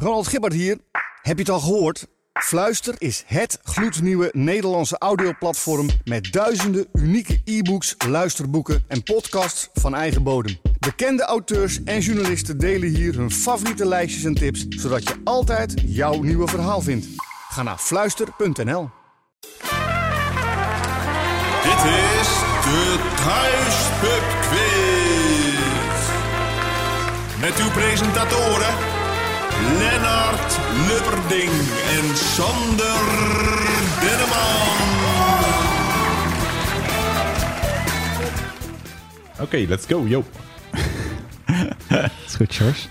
Ronald Gibbert hier. Heb je het al gehoord? Fluister is het gloednieuwe Nederlandse audioplatform met duizenden unieke e-books, luisterboeken en podcasts van eigen bodem. Bekende auteurs en journalisten delen hier hun favoriete lijstjes en tips, zodat je altijd jouw nieuwe verhaal vindt. Ga naar fluister.nl. Dit is de Thuispub Quiz. Met uw presentatoren Lennart Lubberding en Sander Denneman. Oké, let's go, yo. Is goed, Sjors.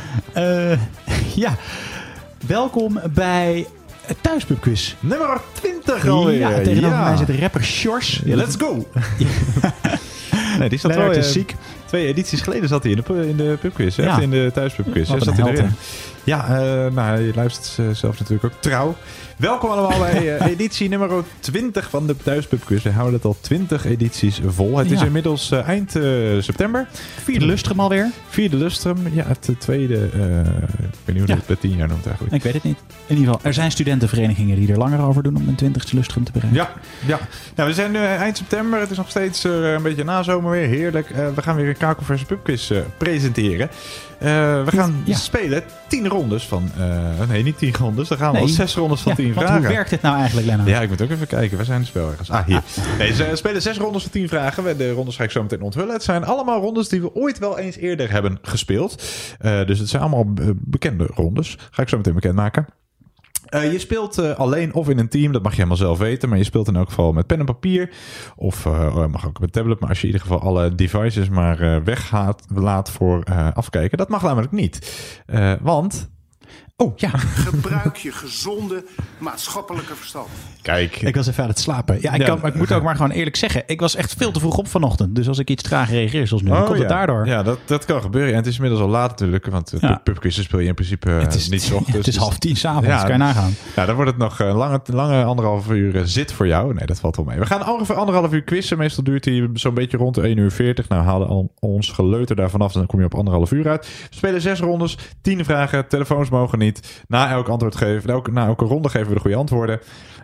Ja, welkom bij Thuispub Quiz. Nummer 20 alweer. Ja, tegenover mij zit rapper Sjors. Ja, let's go. Nee, die zat Lennart wel is ziek. 2 edities geleden zat hij in de pubquiz. Ja. Echt in de Thuispubquiz. Wat Zat een hij erin. held, Ja, je luistert zelf natuurlijk ook trouw. Welkom allemaal bij editie nummer 20 van de Thuispubquiz. We houden het al 20 edities vol. Het is inmiddels eind september. Vierde lustrum alweer. Vierde lustrum. Ja, het tweede. Ik weet niet hoe dat het 10 jaar noemt eigenlijk. Ik weet het niet. In ieder geval, er zijn studentenverenigingen die er langer over doen om een 20ste lustrum te bereiken. Ja. Nou, we zijn nu eind september. Het is nog steeds een beetje nazomer weer. Heerlijk. We gaan weer een kakelverse pubquiz presenteren. We gaan spelen 10 rondes van... nee, niet 10 rondes. Dan gaan we al 6 rondes van 10 vragen. Hoe werkt het nou eigenlijk, Lennart? Ja, ik moet ook even kijken. Waar zijn de spelregels? Hier. Nee, ze spelen 6 rondes van 10 vragen. De rondes ga ik zo meteen onthullen. Het zijn allemaal rondes die we ooit wel eens eerder hebben gespeeld. Dus het zijn allemaal bekende rondes. Ga ik zo meteen bekendmaken. Je speelt alleen of in een team, dat mag je helemaal zelf weten. Maar je speelt in elk geval met pen en papier. Of mag ook met tablet. Maar als je in ieder geval alle devices maar laat voor afkijken. Dat mag namelijk niet. Want... Oh, ja. Gebruik je gezonde maatschappelijke verstand. Kijk. Ik was even aan het slapen. Ja, ik moet ook maar gewoon eerlijk zeggen. Ik was echt veel te vroeg op vanochtend. Dus als ik iets traag reageer zoals nu, komt het daardoor. Ja, dat kan gebeuren. En het is inmiddels al laat natuurlijk. Want pubquizzen speel je in principe niet 's ochtends. Het is 9:30 s'avonds, kan je nagaan. Ja, dan wordt het nog een lange 1,5 uur zit voor jou. Nee, dat valt wel mee. We gaan ongeveer 1,5 uur quizzen. Meestal duurt die zo'n beetje rond de 1:40. Nou, halen al ons geleuter daar vanaf. Dan kom je op 1,5 uur uit. We spelen 6 rondes, 10 vragen. Telefoons mogen niet. Na elk antwoord geven, na elke ronde geven we de goede antwoorden.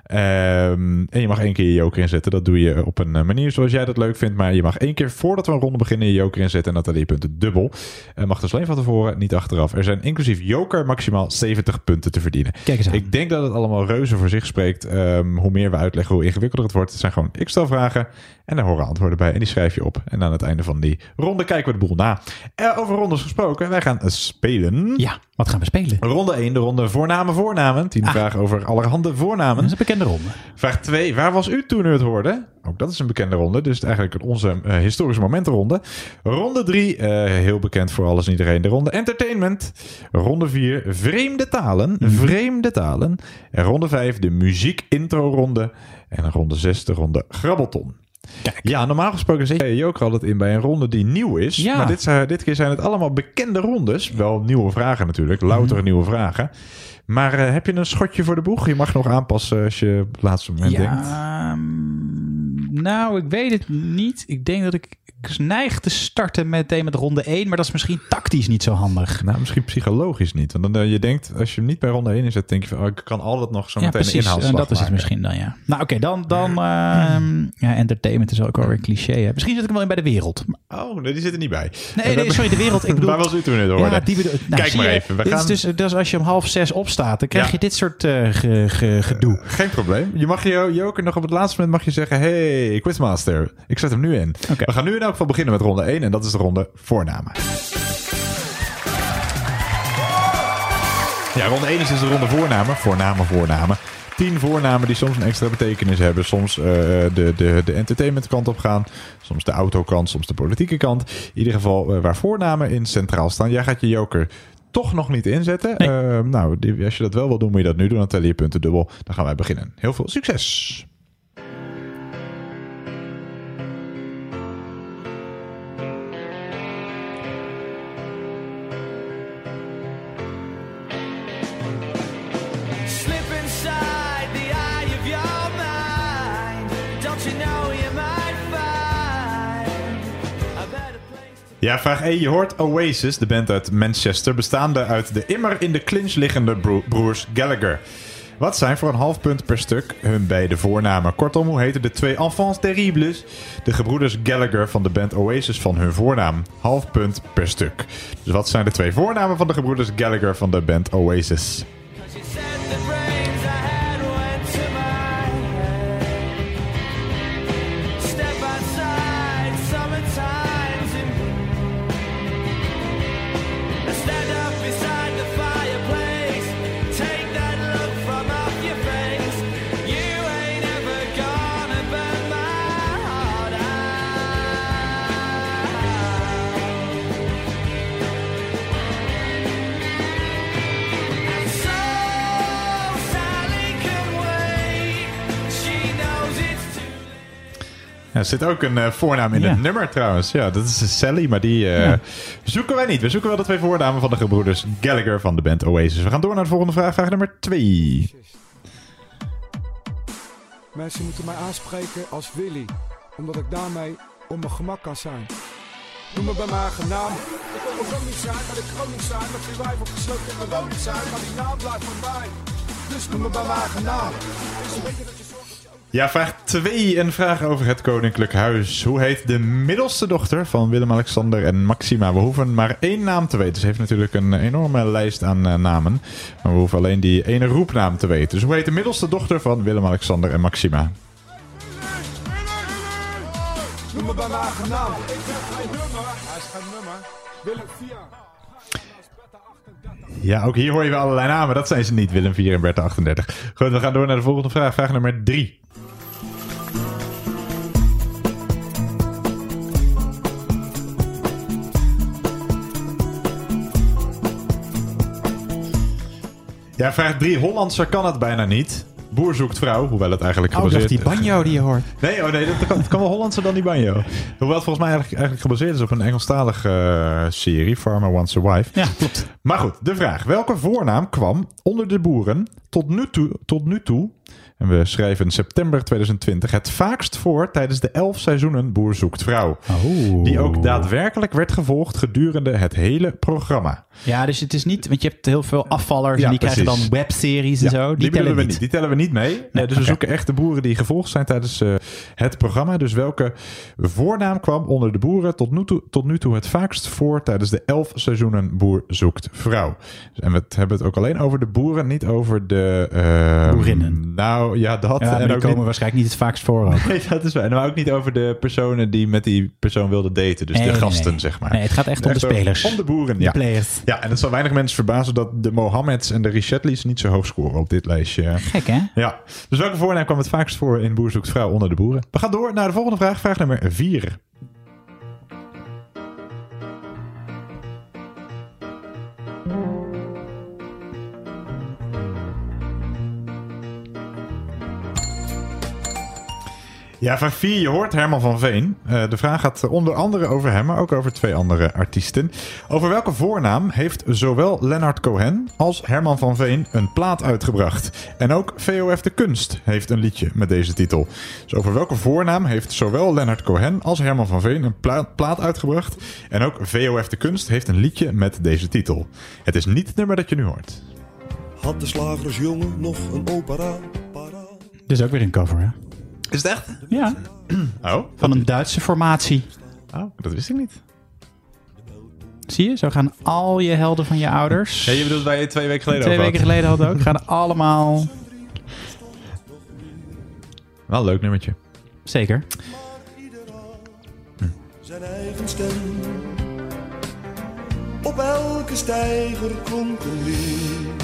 En je mag 1 keer je joker inzetten. Dat doe je op een manier zoals jij dat leuk vindt. Maar je mag 1 keer voordat we een ronde beginnen je joker inzetten. En dat dan je punten dubbel. Mag dus alleen van tevoren, niet achteraf. Er zijn inclusief joker maximaal 70 punten te verdienen. Kijk eens aan. Ik denk dat het allemaal reuze voor zich spreekt. Hoe meer we uitleggen, hoe ingewikkelder het wordt. Het zijn gewoon ik stel vragen. En daar horen antwoorden bij. En die schrijf je op. En aan het einde van die ronde kijken we de boel na. Over rondes gesproken. Wij gaan spelen. Ja, wat gaan we spelen? Ronde 1, de ronde voornamen. 10 vragen over allerhande voornamen. Dat is een bekende ronde. Vraag 2, waar was u toen u het hoorde? Ook dat is een bekende ronde. Dus eigenlijk onze historische momentenronde. Ronde 3, heel bekend voor alles en iedereen. De ronde entertainment. Ronde 4, vreemde talen. En ronde 5, de muziek intro ronde. En ronde 6, de ronde grabbelton. Kijk. Ja, normaal gesproken zet je ook altijd in bij een ronde die nieuw is. Ja. Maar dit keer zijn het allemaal bekende rondes. Wel nieuwe vragen natuurlijk. Louter nieuwe vragen. Maar heb je een schotje voor de boeg? Je mag nog aanpassen als je op het laatste moment denkt. Nou, ik weet het niet. Ik denk dat ik neig te starten met ronde 1. Maar dat is misschien tactisch niet zo handig. Nou, misschien psychologisch niet. Want dan je denkt, als je hem niet bij ronde 1 inzet, denk je van, ik kan altijd nog zo meteen een inhaalslag en dat is maken. het misschien dan, ja. Nou, oké, dan entertainment is ook alweer cliché. Hè? Misschien zit ik hem wel in bij de wereld. Oh, nee, die zit er niet bij. Nee, sorry, de wereld. Ik bedoel, waar was u toen in de orde? Kijk maar even. Dus als je om 5:30 opstaat, dan krijg je dit soort gedoe. Geen probleem. Je mag je joker nog op het laatste moment mag je zeggen, hey, Quizmaster, ik zet hem nu in. Okay. We gaan nu in elk geval beginnen met ronde 1 en dat is de ronde voornamen. Ja, ronde 1 is dus de ronde voornamen. Voornamen. 10 voornamen die soms een extra betekenis hebben. Soms de entertainment kant op gaan. Soms de autokant, soms de politieke kant. In ieder geval waar voornamen in centraal staan. Jij gaat je joker toch nog niet inzetten. Nee. Als je dat wel wil doen, moet je dat nu doen. Dan tellen je punten dubbel. Dan gaan wij beginnen. Heel veel succes! Ja, vraag 1. Je hoort Oasis, de band uit Manchester, bestaande uit de immer in de clinch liggende broers Gallagher. Wat zijn voor een half punt per stuk hun beide voornamen? Kortom, hoe heten de twee enfants terribles, de gebroeders Gallagher van de band Oasis, van hun voornaam? Half punt per stuk. Dus wat zijn de twee voornamen van de gebroeders Gallagher van de band Oasis? Ja, er zit ook een voornaam in het nummer trouwens. Ja, dat is Sally, maar die zoeken wij niet. We zoeken wel de twee voornamen van de gebroeders Gallagher van de band Oasis. We gaan door naar de volgende vraag. Vraag nummer 2. Mensen moeten mij aanspreken als Willy, omdat ik daarmee op mijn gemak kan zijn. Noem me bij mijn eigen naam. Ik wil ook niet zijn, maar ik kan ook niet zijn. Met die wijf opgesloten in mijn woning zijn, maar die naam blijft van mij. Dus noem me bij mijn eigen naam. Ja, vraag 2. Een vraag over het Koninklijk Huis. Hoe heet de middelste dochter van Willem-Alexander en Maxima? We hoeven maar 1 naam te weten. Ze heeft natuurlijk een enorme lijst aan namen. Maar we hoeven alleen die ene roepnaam te weten. Dus hoe heet de middelste dochter van Willem-Alexander en Maxima? Noem me bij mijn eigen naam. Ik heb geen nummer. Hij is geen nummer. Willem 4. Ja, ook hier hoor je wel allerlei namen. Dat zijn ze niet, Willem 4 en Bertha 38. Goed, we gaan door naar de volgende vraag. Vraag nummer 3. Ja, vraag 3. Hollandser kan het bijna niet. Boer zoekt vrouw, hoewel het eigenlijk gebaseerd is. Die banjo die je hoort. Nee, het kan wel Hollandser dan die banjo. Hoewel het volgens mij eigenlijk gebaseerd is op een Engelstalige serie, Farmer Wants a Wife. Ja, klopt. Maar goed, de vraag. Welke voornaam kwam onder de boeren tot nu toe, en we schrijven september 2020, het vaakst voor tijdens de 11 seizoenen Boer zoekt vrouw? Oh. Die ook daadwerkelijk werd gevolgd gedurende het hele programma. Ja, dus het is niet, want je hebt heel veel afvallers en die precies. krijgen dan webseries en zo. Die tellen we niet. Die tellen we niet mee. Nee, dus we zoeken echt de boeren die gevolgd zijn tijdens het programma. Dus welke voornaam kwam onder de boeren tot nu toe het vaakst voor tijdens de 11 seizoenen Boer zoekt vrouw? En we hebben het ook alleen over de boeren, niet over de boerinnen. Nou ja, dat. Ja, en die komen waarschijnlijk niet het vaakst voor ook. Nee, dat is waar. En maar ook niet over de personen die met die persoon wilden daten. Dus de gasten, zeg maar. Nee, het gaat echt om de spelers. Om de boeren, de players. Ja, en het zal weinig mensen verbazen dat de Mohammeds en de Richetlis niet zo hoog scoren op dit lijstje. Gek, hè? Ja. Dus welke voornaam kwam het vaakst voor in Boer zoekt vrouw onder de boeren? We gaan door naar de volgende vraag. Vraag nummer 4. Ja, vraag 4. Je hoort Herman van Veen. De vraag gaat onder andere over hem, maar ook over 2 andere artiesten. Over welke voornaam heeft zowel Leonard Cohen als Herman van Veen een plaat uitgebracht? En ook VOF de Kunst heeft een liedje met deze titel. Dus over welke voornaam heeft zowel Leonard Cohen als Herman van Veen een plaat uitgebracht? En ook VOF de Kunst heeft een liedje met deze titel. Het is niet het nummer dat je nu hoort. Had de slagersjongen nog een opera? Dit is ook weer een cover, hè? Is het echt? Ja. Oh? Van een Duitse formatie. Oh, dat wist ik niet. Zie je? Zo gaan al je helden van je ouders. Ja, je bedoelt waar je 2 weken geleden 2 weken geleden hadden ook. Gaan allemaal... Wel een leuk nummertje. Zeker. Zijn eigen stem. Op elke steiger klonk een lied.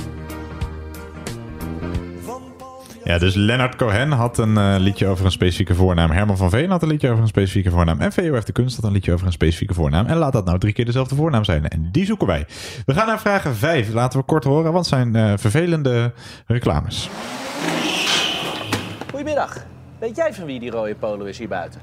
Ja, dus Leonard Cohen had een liedje over een specifieke voornaam. Herman van Veen had een liedje over een specifieke voornaam. En VOF de Kunst had een liedje over een specifieke voornaam. En laat dat nou 3 keer dezelfde voornaam zijn. En die zoeken wij. We gaan naar vraag 5. Laten we kort horen, want het zijn vervelende reclames. Goedemiddag. Weet jij van wie die rode polo is hier buiten?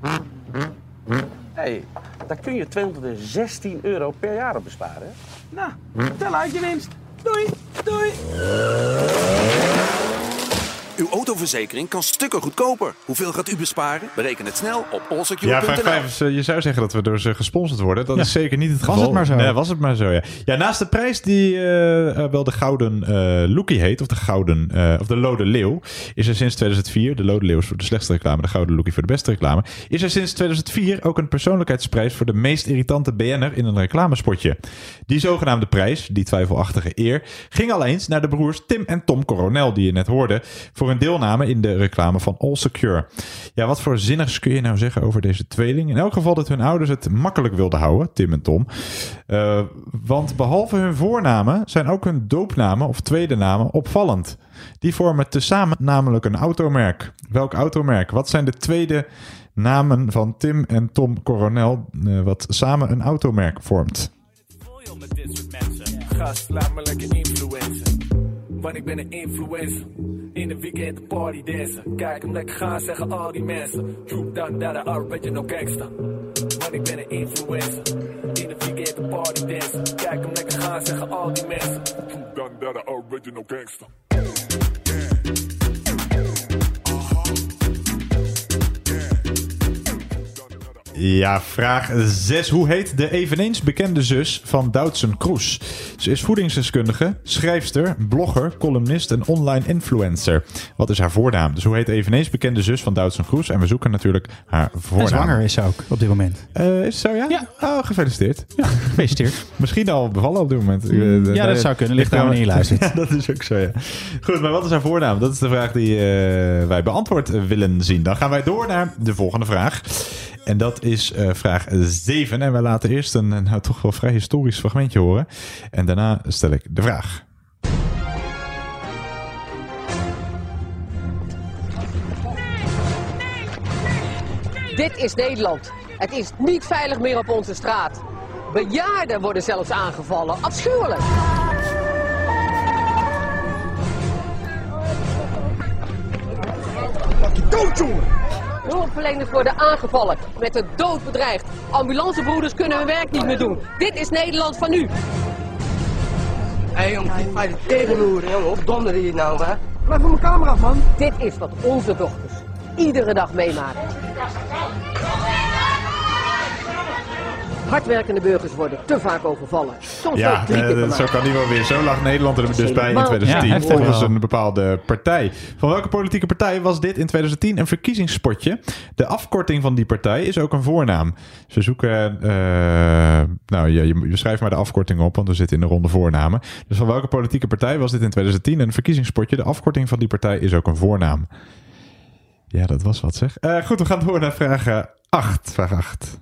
Hé, daar kun je €216 per jaar op besparen. Nou, tel uit je winst. Doei, doei. Uw autoverzekering kan stukken goedkoper. Hoeveel gaat u besparen? Bereken het snel op allsecure.nl. Ja, vraag 5 is, je zou zeggen dat we door ze gesponsord worden. Dat is zeker niet het geval. Was het maar zo. Nee, was het maar zo, ja. Ja, naast de prijs die wel de Gouden Lookie heet, of de Lode Leeuw, is er sinds 2004, de Lode Leeuw is voor de slechtste reclame, de Gouden Lookie voor de beste reclame, is er sinds 2004 ook een persoonlijkheidsprijs voor de meest irritante BN'er in een reclamespotje. Die zogenaamde prijs, die twijfelachtige eer, ging al eens naar de broers Tim en Tom Coronel, die je net hoorde, voor hun deelname in de reclame van All Secure. Ja, wat voor zinnigs kun je nou zeggen over deze tweeling? In elk geval dat hun ouders het makkelijk wilden houden, Tim en Tom. Want behalve hun voornamen zijn ook hun doopnamen of tweede namen opvallend. Die vormen tezamen namelijk een automerk. Welk automerk? Wat zijn de tweede namen van Tim en Tom Coronel wat samen een automerk vormt? Gast, laat me lekker influencen. Want ik ben een influencer. In de weekend de party dansen. Kijk hem lekker gaan, zeggen al die mensen. Troep dan dat de original gangsta. Want ik ben een influencer. In de weekend de party dansen. Kijk hem lekker gaan, zeggen al die mensen. Troep dan dat de original gangsta. Ja, vraag 6. Hoe heet de eveneens bekende zus van Doutzen Kroes? Ze is voedingsdeskundige, schrijfster, blogger, columnist en online influencer. Wat is haar voornaam? Dus hoe heet de eveneens bekende zus van Doutzen Kroes? En we zoeken natuurlijk haar voornaam. En zwanger is ze ook op dit moment. Is het zo, ja? Ja. Oh, gefeliciteerd. Ja, gefeliciteerd. Misschien al bevallen op dit moment. Ja, dat zou kunnen. Ligt aan wanneer je luistert. Ja, dat is ook zo, ja. Goed, maar wat is haar voornaam? Dat is de vraag die wij beantwoord willen zien. Dan gaan wij door naar de volgende vraag. En dat is vraag 7. En wij laten eerst een toch wel vrij historisch fragmentje horen. En daarna stel ik de vraag. Dit is Nederland. Het is niet veilig meer op onze straat. Bejaarden worden zelfs aangevallen. Afschuwelijk. Hulpverleners worden aangevallen, met de dood bedreigd. Ambulancebroeders kunnen hun werk niet meer doen. Dit is Nederland van nu. Hé jongen, die mij de tegenhoeren, jongen. Op donder hier nou, hè. Blijf van mijn camera af, man. Dit is wat onze dochters iedere dag meemaken. Hardwerkende burgers worden te vaak overvallen. Soms Ja, zo kan die wel weer. Zo lag Nederland er dus bij in 2010. Ja, volgens een bepaalde partij. Van welke politieke partij was dit in 2010 een verkiezingsspotje? De afkorting van die partij is ook een voornaam. Ze zoeken... je schrijft maar de afkorting op, want we zitten in de ronde voornamen. Dus van welke politieke partij was dit in 2010 een verkiezingsspotje? De afkorting van die partij is ook een voornaam. Ja, dat was wat zeg. Goed, we gaan door naar vraag 8. Vraag 8.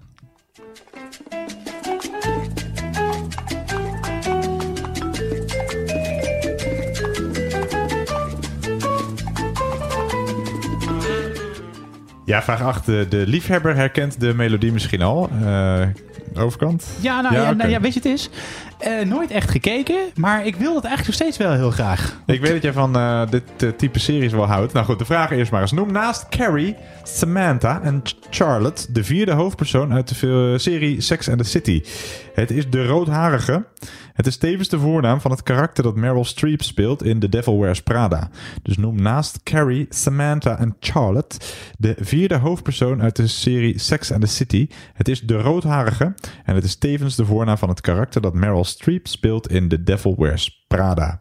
Ja, vraag 8. De liefhebber herkent de melodie misschien al. Overkant? Ja, weet je, het is nooit echt gekeken, maar ik wil dat eigenlijk nog steeds wel heel graag. Ik weet dat jij van dit type series wel houdt. Nou goed, de vraag eerst maar eens. Noem naast Carrie, Samantha en Charlotte de vierde hoofdpersoon uit de serie Sex and the City. Het is de roodharige. Het is tevens de voornaam van het karakter dat Meryl Streep speelt in The Devil Wears Prada. Dus noem naast Carrie, Samantha en Charlotte de vierde hoofdpersoon uit de serie Sex and the City. Het is de roodharige en het is tevens de voornaam van het karakter dat Meryl Streep speelt in The Devil Wears Prada.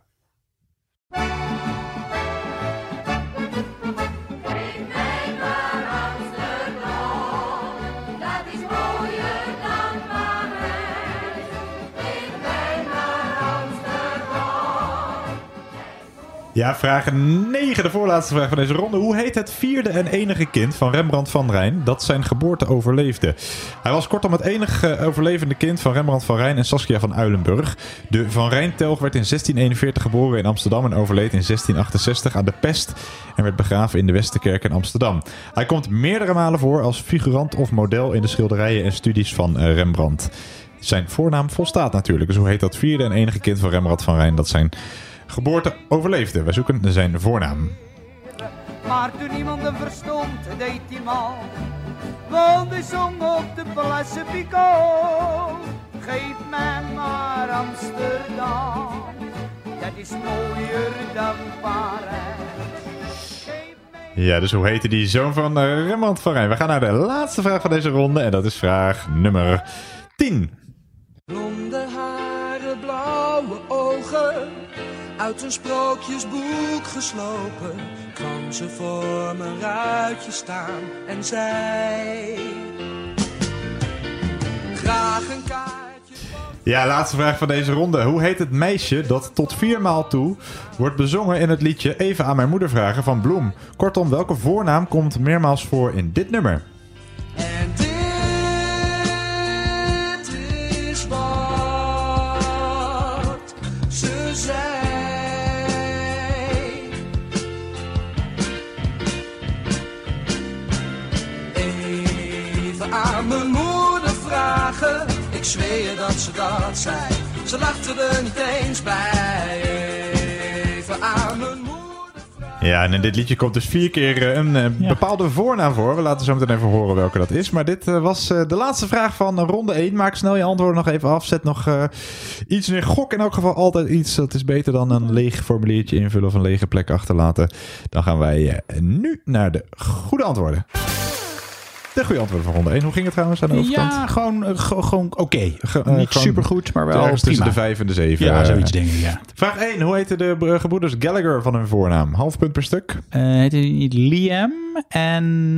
Ja, vraag 9, de voorlaatste vraag van deze ronde. Hoe heet het vierde en enige kind van Rembrandt van Rijn dat zijn geboorte overleefde? Hij was kortom het enige overlevende kind van Rembrandt van Rijn en Saskia van Uilenburg. De Van Rijn-telg werd in 1641 geboren in Amsterdam en overleed in 1668 aan de pest en werd begraven in de Westerkerk in Amsterdam. Hij komt meerdere malen voor als figurant of model in de schilderijen en studies van Rembrandt. Zijn voornaam volstaat natuurlijk, dus hoe heet dat vierde en enige kind van Rembrandt van Rijn dat zijn geboorte overleefde? Wij zoeken zijn voornaam. Maar toen iemand hem verstond, deed hij mal. Want hij zong op de Place Picot. Geef mij maar Amsterdam. Dat is mooier dan Parijs. Ja, dus hoe heette die zoon van Rembrandt van Rijn? We gaan naar de laatste vraag van deze ronde. En dat is vraag nummer 10. Blonde haren, blauwe ogen, uit een sprookjesboek geslopen, kwam ze voor mijn ruitje staan en zei: graag een kaartje. Ja, laatste vraag van deze ronde. Hoe heet het meisje dat tot 4 maal toe wordt bezongen in het liedje Even aan mijn moeder vragen van Bloem? Kortom, welke voornaam komt meermaals voor in dit nummer? En dit is wat ze zei. Even aan mijn moeder vragen. Ik zweer dat ze dat zei. Ze lachte er niet eens bij. Even aan mijn moeder. Ja, en in dit liedje komt dus 4 keer een bepaalde voornaam voor. We laten zo meteen even horen welke dat is. Maar dit was de laatste vraag van ronde 1. Maak snel je antwoorden nog even af. Zet nog iets neer. Gok in elk geval altijd iets. Dat is beter dan een leeg formuliertje invullen of een lege plek achterlaten. Dan gaan wij nu naar de goede antwoorden. De goede antwoorden van ronde 1. Hoe ging het trouwens aan de overkant? Ja, gewoon oké. Niet supergoed, maar wel prima. Tussen de 5 en de 7. Ja, zoiets denk ik, ja. Vraag 1. Hoe heten de gebroeders Gallagher van hun voornaam? Half punt per stuk. Heette hij niet Liam en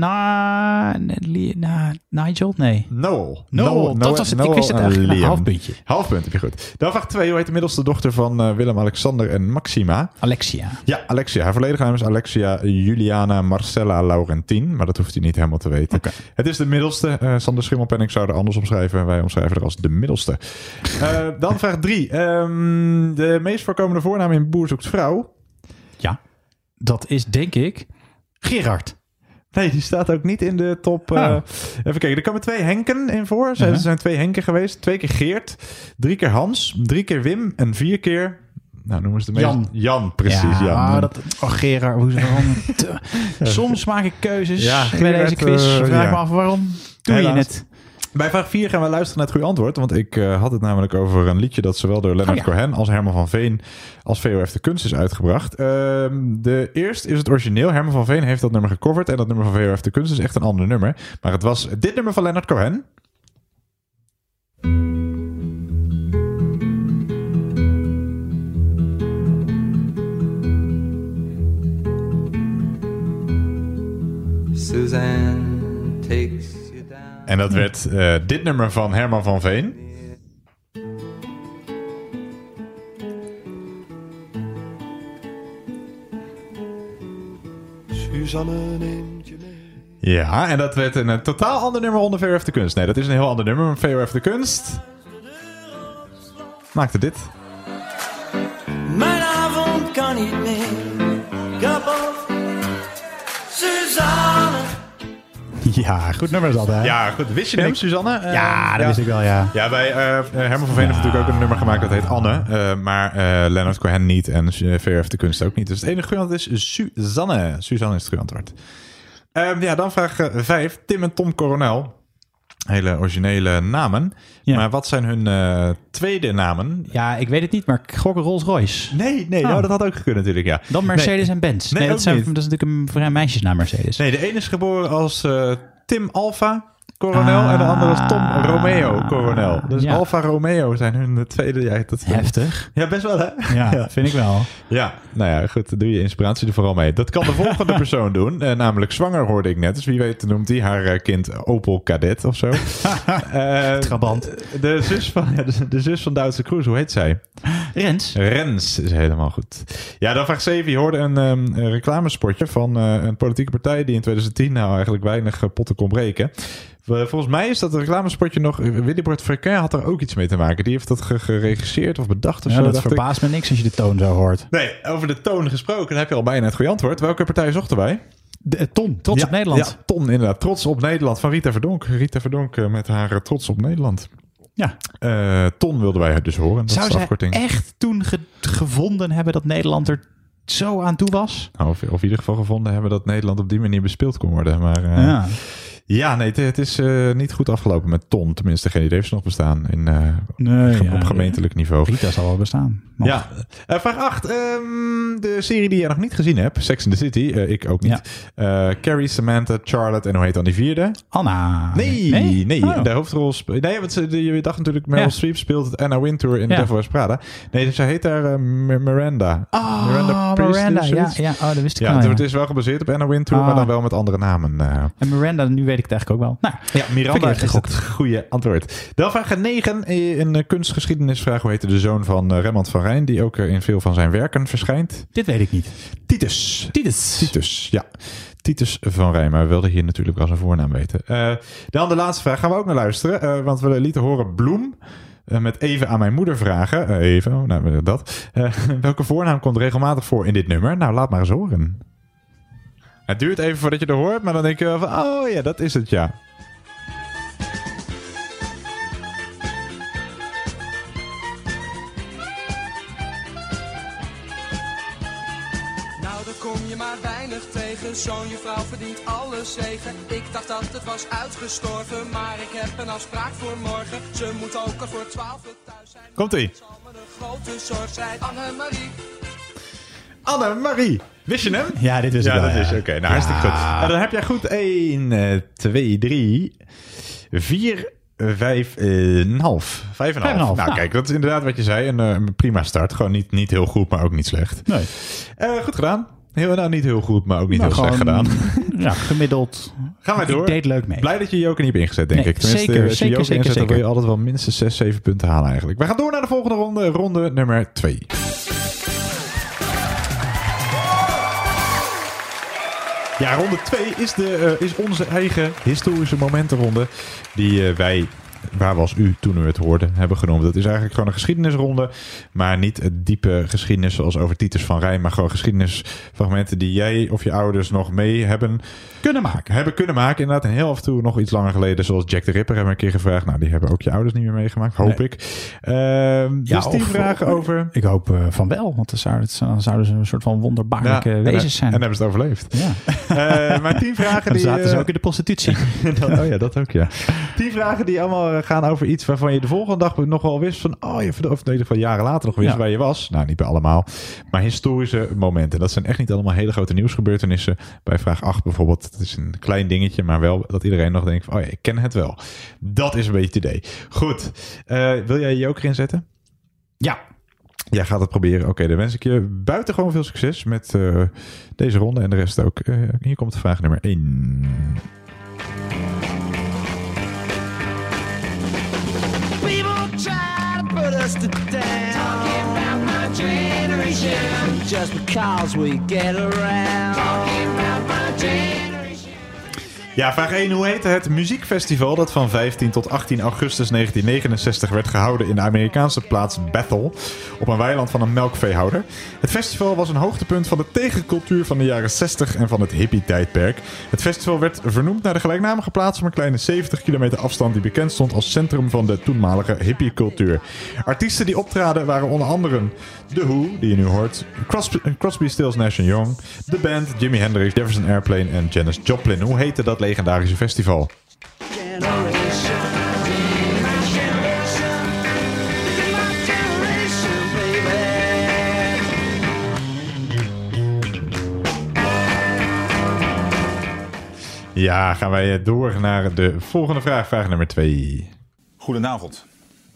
Nigel? Nee. Noel. Dat was het. Ik wist het eigenlijk. Half puntje. Half punt, heb je goed. Dan vraag 2. Hoe heet de middelste dochter van Willem-Alexander en Maxima? Alexia. Ja, Alexia. Haar volledige naam is Alexia Juliana Marcella Laurentien. Maar dat hoeft hij niet helemaal te weten. Okay. Het is de middelste. Sander Schimmelpenninck zou er anders omschrijven. Wij omschrijven er als de middelste. Dan vraag 3. De meest voorkomende voornaam in Boer zoekt vrouw. Ja, dat is denk ik Gerard. Nee, die staat ook niet in de top. Even kijken, er komen 2 Henken in voor. Er zijn 2 Henken geweest. 2 keer Geert. 3 keer Hans. 3 keer Wim. En 4 keer... Nou, noemen ze de meest... Jan, precies. Ja, Jan. Gerard, hoe is het dan? Soms maak ik keuzes bij deze quiz. Vraag me af waarom doe je het? Bij vraag 4 gaan we luisteren naar het goede antwoord. Want ik had het namelijk over een liedje dat zowel door Leonard Cohen als Herman van Veen als VOF de Kunst is uitgebracht. De eerste is het origineel. Herman van Veen heeft dat nummer gecoverd. En dat nummer van VOF de Kunst is echt een ander nummer. Maar het was dit nummer van Leonard Cohen. Suzanne takes you down. En dat werd dit nummer van Herman van Veen. Suzanne neemt je mee. Ja, en dat werd een totaal ander nummer onder VOF de Kunst. Nee, dat is een heel ander nummer. Maar VOF de Kunst maakte dit. Mijn avond kan niet meer kapot. Suzanne. Ja, goed nummer is dat, hè? Ja, goed. Wist je hem, Suzanne? Ja, dat wist ik wel, ja. Ja, bij Herman van Veen heeft natuurlijk ook een nummer gemaakt dat heet Anne. Maar Leonard Cohen niet en VOF de Kunst ook niet. Dus het enige goede antwoord is Suzanne. Suzanne is het goede antwoord. Dan vraag 5. Tim en Tom Coronel. Hele originele namen. Ja. Maar wat zijn hun tweede namen? Ja, ik weet het niet, maar ik gok Rolls Royce. Nee, nou, dat had ook gekund natuurlijk, ja. Dan Mercedes en Benz. Nee, dat is natuurlijk een vrij meisjesnaam Mercedes. Nee, de ene is geboren als Tim Alfa Coronel en de andere is Tom Romeo Coronel. Dus Alfa Romeo zijn hun tweede. Ja, dat heftig. Ja, best wel, hè? Ja, vind ik wel. Ja, nou ja, goed. Doe je inspiratie er vooral mee. Dat kan de volgende persoon doen. Namelijk zwanger hoorde ik net. Dus wie weet noemt hij haar kind Opel Kadett of zo. Trabant. De zus van Duitse Kroes, hoe heet zij? Rens is helemaal goed. Ja, dan vraag 7. Je hoorde een reclamespotje van een politieke partij die in 2010 nou eigenlijk weinig potten kon breken. Volgens mij is dat reclamespotje nog... Willybord Frequin had er ook iets mee te maken. Die heeft dat geregisseerd of bedacht of zo. Dat verbaast me niks als je de toon zo hoort. Nee, over de toon gesproken, dan heb je al bijna het goede antwoord. Welke partij zochten wij? Ton, Trots op Nederland. Ja, Ton inderdaad. Trots op Nederland van Rita Verdonk. Rita Verdonk met haar Trots op Nederland. Ja. Ton wilden wij dus horen. Dat zou zij echt toen gevonden hebben dat Nederland er zo aan toe was? Nou, of in ieder geval gevonden hebben dat Nederland op die manier bespeeld kon worden. Maar Ja, nee, het is niet goed afgelopen met Ton. Tenminste, geen idee heeft ze nog bestaan op gemeentelijk niveau. Rita zal wel bestaan. Nog. Ja. Vraag 8. De serie die je nog niet gezien hebt. Sex and the City. Ik ook niet. Ja. Carrie, Samantha, Charlotte en hoe heet dan die vierde? Anna. Nee. Oh. De hoofdrol... Nee, want je dacht natuurlijk Meryl Streep speelt Anna Wintour in The Devil Wears Prada. Nee, zij heet daar Miranda. Miranda. Ja. Oh, dat wist ik wel. Het is wel gebaseerd op Anna Wintour, maar dan wel met andere namen. En Miranda, nu weet ik het eigenlijk ook wel. Nou, ja, Miranda is het goede antwoord. Dan vraag 9. Een kunstgeschiedenisvraag. Hoe heette de zoon van Rembrandt van Rijn, die ook in veel van zijn werken verschijnt? Dit weet ik niet. Titus, ja. Titus van Rijn, maar we wilden hier natuurlijk wel zijn voornaam weten. Dan de laatste vraag gaan we ook naar luisteren. Want we lieten horen Bloem met even aan mijn moeder vragen. Welke voornaam komt regelmatig voor in dit nummer? Nou, laat maar eens horen. Het duurt even voordat je er hoort, maar dan denk je wel van... Oh ja, dat is het, ja. Nou, daar kom je maar weinig tegen. Zo'n juffrouw verdient alle zegen. Ik dacht dat het was uitgestorven, maar ik heb een afspraak voor morgen. Ze moet ook al voor 12 thuis zijn. Komt-ie. Het zal me een grote zorg zijn. Annemarie. Annemarie. Wist je hem? Ja, dit wist ik wel. Ja, dat is oké. Nou, hartstikke goed. En dan heb jij goed 1, 2, 3, 4, 5,5. 5,5. Nou, kijk, dat is inderdaad wat je zei. Een prima start. Gewoon niet heel goed, maar ook niet slecht. Nee. Goed gedaan. Niet heel goed, maar ook niet heel slecht gedaan. Ja, gemiddeld. Gaan wij door. Ik deed leuk mee. Blij dat je Joker niet hebt ingezet, denk ik. Tenminste, zeker, als je Joker inzet, dan wil je zeker. altijd wel minstens 6, 7 punten halen eigenlijk. We gaan door naar de volgende ronde. Ronde nummer 2. Ja, ronde 2 is onze eigen historische momentenronde die wij, waar was u toen we het hoorden, hebben genoemd. Dat is eigenlijk gewoon een geschiedenisronde, maar niet het diepe geschiedenis zoals over Titus van Rijn, maar gewoon geschiedenisfragmenten die jij of je ouders nog mee hebben kunnen maken. Inderdaad, en heel af en toe nog iets langer geleden, zoals Jack the Ripper hebben we een keer gevraagd. Nou, die hebben ook je ouders niet meer meegemaakt, hoop ik. Dus 10 vragen over... Ik hoop van wel, want dan zouden ze een soort van wonderbaarlijke wezens zijn. En hebben ze het overleefd. Ja. Maar 10 vragen die... Dan zaten ze ook in de prostitutie. Dat ook, ja. 10 vragen die allemaal gaan over iets waarvan je de volgende dag nog wel wist van... of in ieder geval jaren later nog wist waar je was. Nou, niet bij allemaal. Maar historische momenten. Dat zijn echt niet allemaal hele grote nieuwsgebeurtenissen. Bij vraag 8 bijvoorbeeld. Het is een klein dingetje, maar wel dat iedereen nog denkt van... ik ken het wel. Dat is een beetje het idee. Goed. Wil jij je ook erin zetten? Ja. Jij gaat het proberen. Oké, dan wens ik je buitengewoon veel succes met deze ronde en de rest ook. Hier komt vraag nummer 1. People try to put us to down, talking about my generation, just because we get around, talking about my generation. Ja, vraag 1. Hoe heette het muziekfestival dat van 15 tot 18 augustus 1969 werd gehouden in de Amerikaanse plaats Bethel op een weiland van een melkveehouder? Het festival was een hoogtepunt van de tegencultuur van de jaren 60 en van het hippie-tijdperk. Het festival werd vernoemd naar de gelijknamige plaats op een kleine 70 kilometer afstand die bekend stond als centrum van de toenmalige hippie-cultuur. Artiesten die optraden waren onder andere The Who, die je nu hoort, Crosby, Stills, Nash & Young, The Band, Jimi Hendrix, Jefferson Airplane en Janis Joplin. Hoe heette dat legendarische festival? Ja, gaan wij door naar de volgende vraag. Vraag nummer 2. Goedenavond.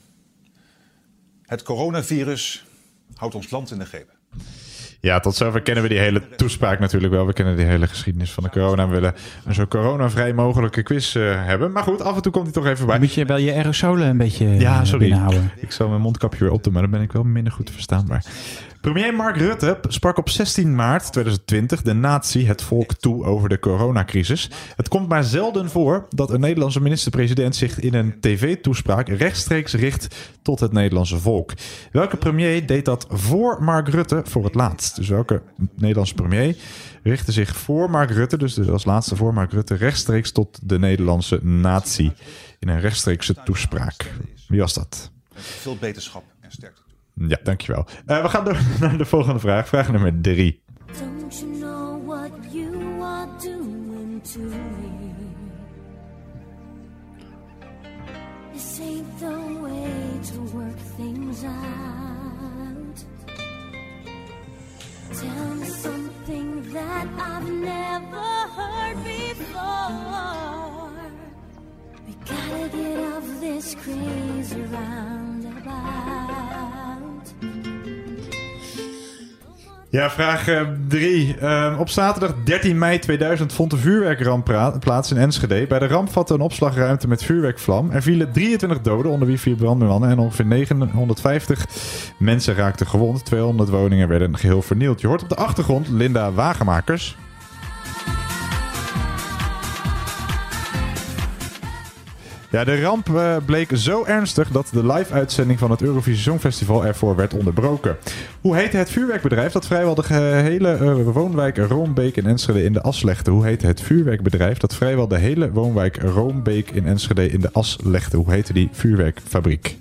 Het coronavirus houdt ons land in de greep. Ja, tot zover kennen we die hele toespraak natuurlijk wel. We kennen die hele geschiedenis van de corona. We willen een zo coronavrij mogelijke quiz hebben. Maar goed, af en toe komt hij toch even bij. Moet je wel je aerosolen een beetje binnenhouden. Ik zal mijn mondkapje weer op doen, maar dan ben ik wel minder goed verstaanbaar. Premier Mark Rutte sprak op 16 maart 2020 de natie, het volk, toe over de coronacrisis. Het komt maar zelden voor dat een Nederlandse minister-president zich in een tv-toespraak rechtstreeks richt tot het Nederlandse volk. Welke premier deed dat voor Mark Rutte voor het laatst? Dus welke Nederlandse premier richtte zich voor Mark Rutte, dus als laatste voor Mark Rutte, rechtstreeks tot de Nederlandse natie in een rechtstreekse toespraak? Wie was dat? Veel beterschap en sterkte. Ja, dankjewel. We gaan door naar de volgende vraag. Vraag nummer 3. Don't you know what you are doing to me? Tell me something that I've never heard before. We gotta get off this crazy roundabout. Ja, vraag 3. Op zaterdag 13 mei 2000 vond de vuurwerkramp plaats in Enschede. Bij de ramp vatte een opslagruimte met vuurwerkvlam. Er vielen 23 doden, onder wie 4 brandweermannen. En ongeveer 950 mensen raakten gewond. 200 woningen werden geheel vernield. Je hoort op de achtergrond Linda Wagemakers. Ja, de ramp bleek zo ernstig dat de live-uitzending van het Eurovisie Songfestival ervoor werd onderbroken. Hoe heette het vuurwerkbedrijf dat vrijwel de gehele woonwijk Roombeek in Enschede in de as legde? Hoe heette het vuurwerkbedrijf dat vrijwel de hele woonwijk Roombeek in Enschede in de as legde? Hoe heette die vuurwerkfabriek?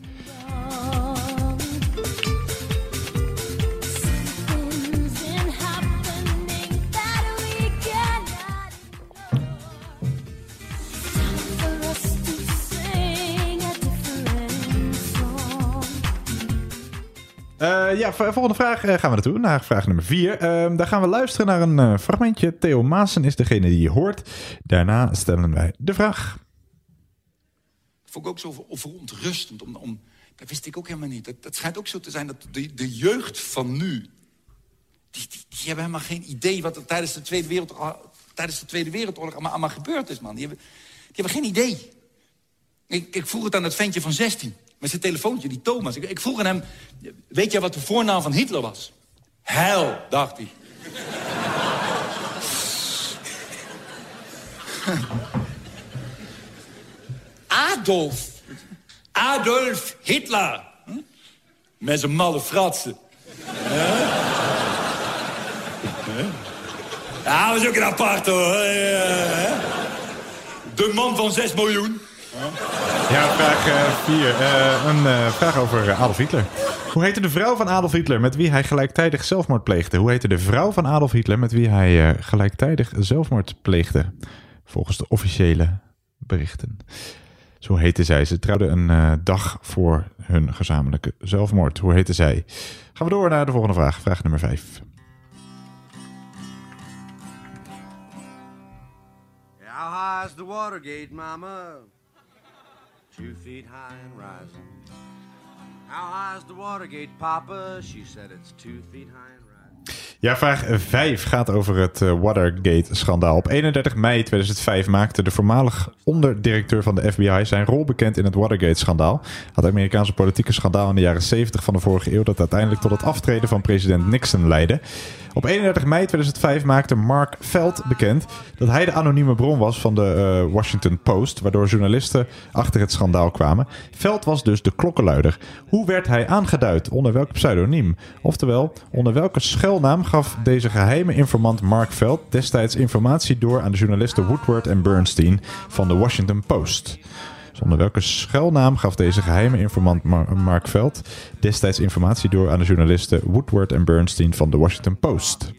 Volgende vraag gaan we naartoe, naar vraag nummer 4. Daar gaan we luisteren naar een fragmentje. Theo Maassen is degene die je hoort. Daarna stellen wij de vraag. Dat vond ik ook zo verontrustend. Dat wist ik ook helemaal niet. Dat schijnt ook zo te zijn dat de jeugd van nu... Die hebben helemaal geen idee wat er tijdens de Tweede Wereldoorlog allemaal gebeurd is, man. Die hebben geen idee. Ik vroeg het aan het ventje van 16... met zijn telefoontje, die Thomas. Ik vroeg aan hem, weet jij wat de voornaam van Hitler was? Hel, dacht hij. Adolf Hitler. Met zijn malle fratsen. Ja, dat was ook een apart, hoor. De man van 6 miljoen. Ja, vraag 4. Een vraag over Adolf Hitler. Hoe heette de vrouw van Adolf Hitler met wie hij gelijktijdig zelfmoord pleegde? Hoe heette de vrouw van Adolf Hitler met wie hij gelijktijdig zelfmoord pleegde? Volgens de officiële berichten. Zo heette zij. Ze trouwden een dag voor hun gezamenlijke zelfmoord. Hoe heette zij? Gaan we door naar de volgende vraag. Vraag nummer 5. How high is the Watergate, mama? 2 feet high and rising. How high is the Watergate, papa? She said it's 2 feet high and rising. Ja, vraag 5 gaat over het Watergate-schandaal. Op 31 mei 2005 maakte de voormalig onderdirecteur van de FBI zijn rol bekend in het Watergate-schandaal. Het Amerikaanse politieke schandaal in de jaren 70 van de vorige eeuw dat uiteindelijk tot het aftreden van president Nixon leidde. Op 31 mei 2005 maakte Mark Felt bekend dat hij de anonieme bron was van de Washington Post, waardoor journalisten achter het schandaal kwamen. Felt was dus de klokkenluider. Hoe werd hij aangeduid? Onder welk pseudoniem? Oftewel, onder welke schuilnaam gaf deze geheime informant Mark Felt destijds informatie door aan de journalisten Woodward en Bernstein van de Washington Post? Onder welke schuilnaam gaf deze geheime informant Mark Felt destijds informatie door aan de journalisten Woodward en Bernstein van de Washington Post?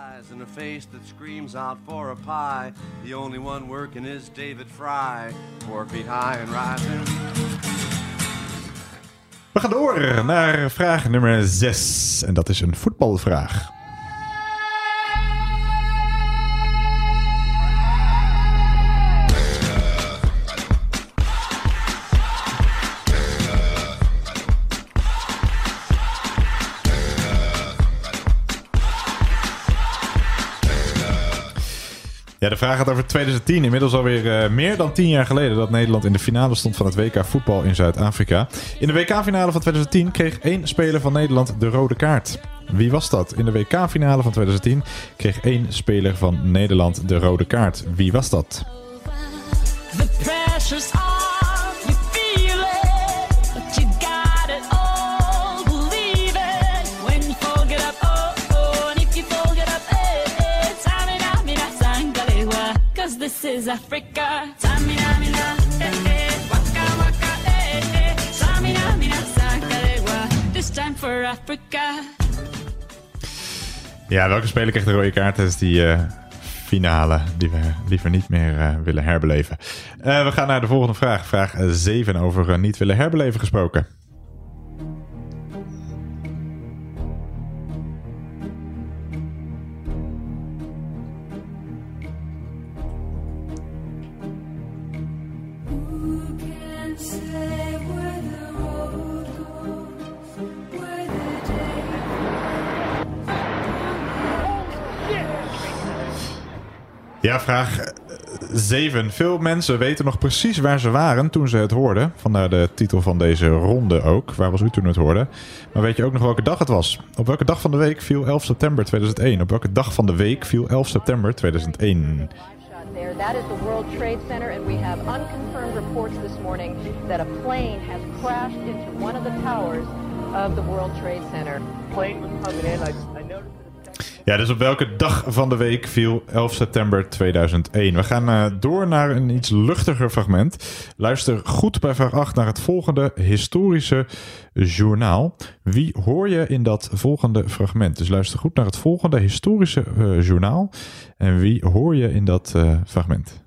We gaan door naar vraag nummer 6. En dat is een voetbalvraag. Ja, de vraag gaat over 2010. Inmiddels alweer meer dan 10 jaar geleden dat Nederland in de finale stond van het WK voetbal in Zuid-Afrika. In de WK-finale van 2010 kreeg 1 speler van Nederland de rode kaart. Wie was dat? In de WK-finale van 2010 kreeg 1 speler van Nederland de rode kaart. Wie was dat? The pressure's on, you feel it, but you got it all, believe it. When you fold it up, oh, and if you fold it up, tamina, mina, sangalewa, 'cause this is Africa. Tamina, mina, waka, waka, tamina, mina, sangalewa, this time for Africa. Ja, welke speler kreeg de rode kaart tijdens die finale die we liever niet meer willen herbeleven? We gaan naar de volgende vraag. Vraag 7 over niet willen herbeleven gesproken. Ja, vraag 7. Veel mensen weten nog precies waar ze waren toen ze het hoorden. Vandaar de titel van deze ronde ook. Waar was u toen het hoorde? Maar weet je ook nog welke dag het was? Op welke dag van de week viel 11 september 2001? Op welke dag van de week viel 11 september 2001? That is the World Trade Center, and we have unconfirmed reports this morning that a plane has crashed into one of the towers of the World Trade Center. Plane was coming in. I noticed. Ja, dus op welke dag van de week viel 11 september 2001? We gaan door naar een iets luchtiger fragment. Luister goed bij vraag 8 naar het volgende historische journaal. Wie hoor je in dat volgende fragment? Dus luister goed naar het volgende historische journaal. En wie hoor je in dat fragment?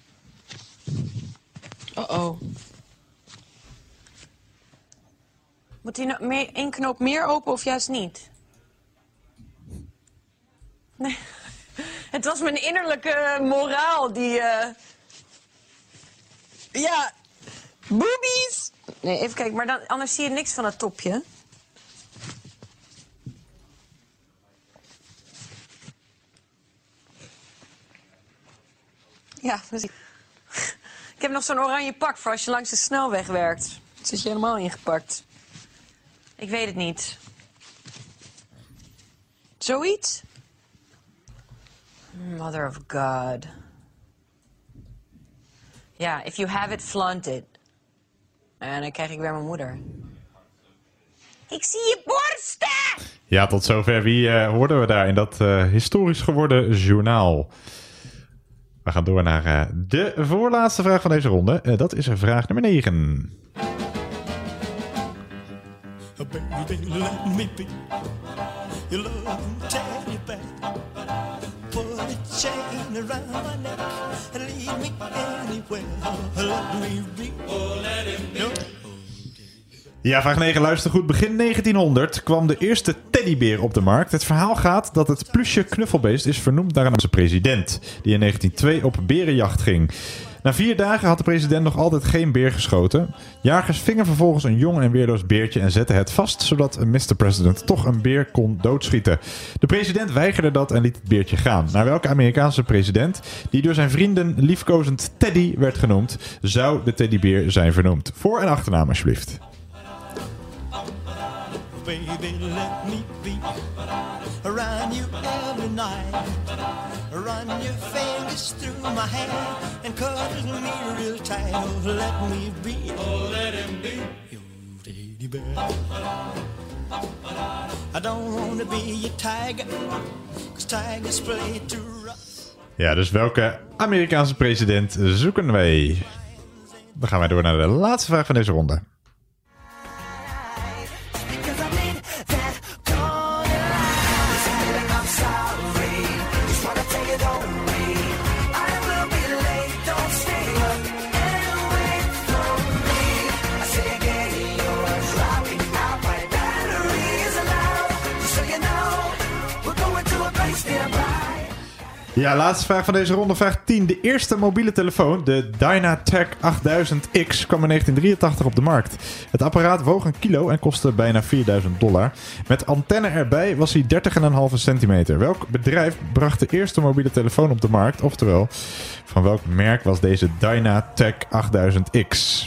Uh-oh. Moet hij nou één knoop meer open of juist niet? Nee. Het was mijn innerlijke moraal die... Ja, boobies! Nee, even kijken, maar dan, anders zie je niks van het topje. Ja, precies. Ik heb nog zo'n oranje pak voor als je langs de snelweg werkt. Dan zit je helemaal ingepakt. Ik weet het niet. Zoiets? Mother of God. Ja, if you have it, flaunt it. En dan krijg ik weer mijn moeder. Ik zie je borsten! Ja, tot zover. Wie hoorden we daar in dat historisch geworden journaal? We gaan door naar de voorlaatste vraag van deze ronde. Dat is vraag nummer 9. Baby, let me be your love teddy bear. Put a chain around my neck and lead me anywhere. Let me be. Oh, let him be. Ja, vraag 9. Luister goed. Begin 1900 kwam de eerste teddybeer op de markt. Het verhaal gaat dat het plusje knuffelbeest is vernoemd naar een president die in 1902 op berenjacht ging. Na 4 dagen had de president nog altijd geen beer geschoten. Jagers vingen vervolgens een jong en weerloos beertje en zetten het vast, zodat Mr. President toch een beer kon doodschieten. De president weigerde dat en liet het beertje gaan. Naar welke Amerikaanse president, die door zijn vrienden liefkozend Teddy werd genoemd, zou de teddybeer zijn vernoemd? Voor- en achternaam alsjeblieft. Baby, let me be around you every night. Run your fingers through my hair and cuddle me real tight. Oh, let me be. Oh, let him be your teddy bear. I don't want to be your tiger, 'cause tigers play too rough. Ja, dus welke Amerikaanse president zoeken wij? Dan gaan wij door naar de laatste vraag van deze ronde. Ja, laatste vraag van deze ronde, vraag 10. De eerste mobiele telefoon, de Dynatec 8000X, kwam in 1983 op de markt. Het apparaat woog 1 kilo en kostte bijna $4.000. Met antenne erbij was hij 30,5 centimeter. Welk bedrijf bracht de eerste mobiele telefoon op de markt? Oftewel, van welk merk was deze Dynatec 8000X?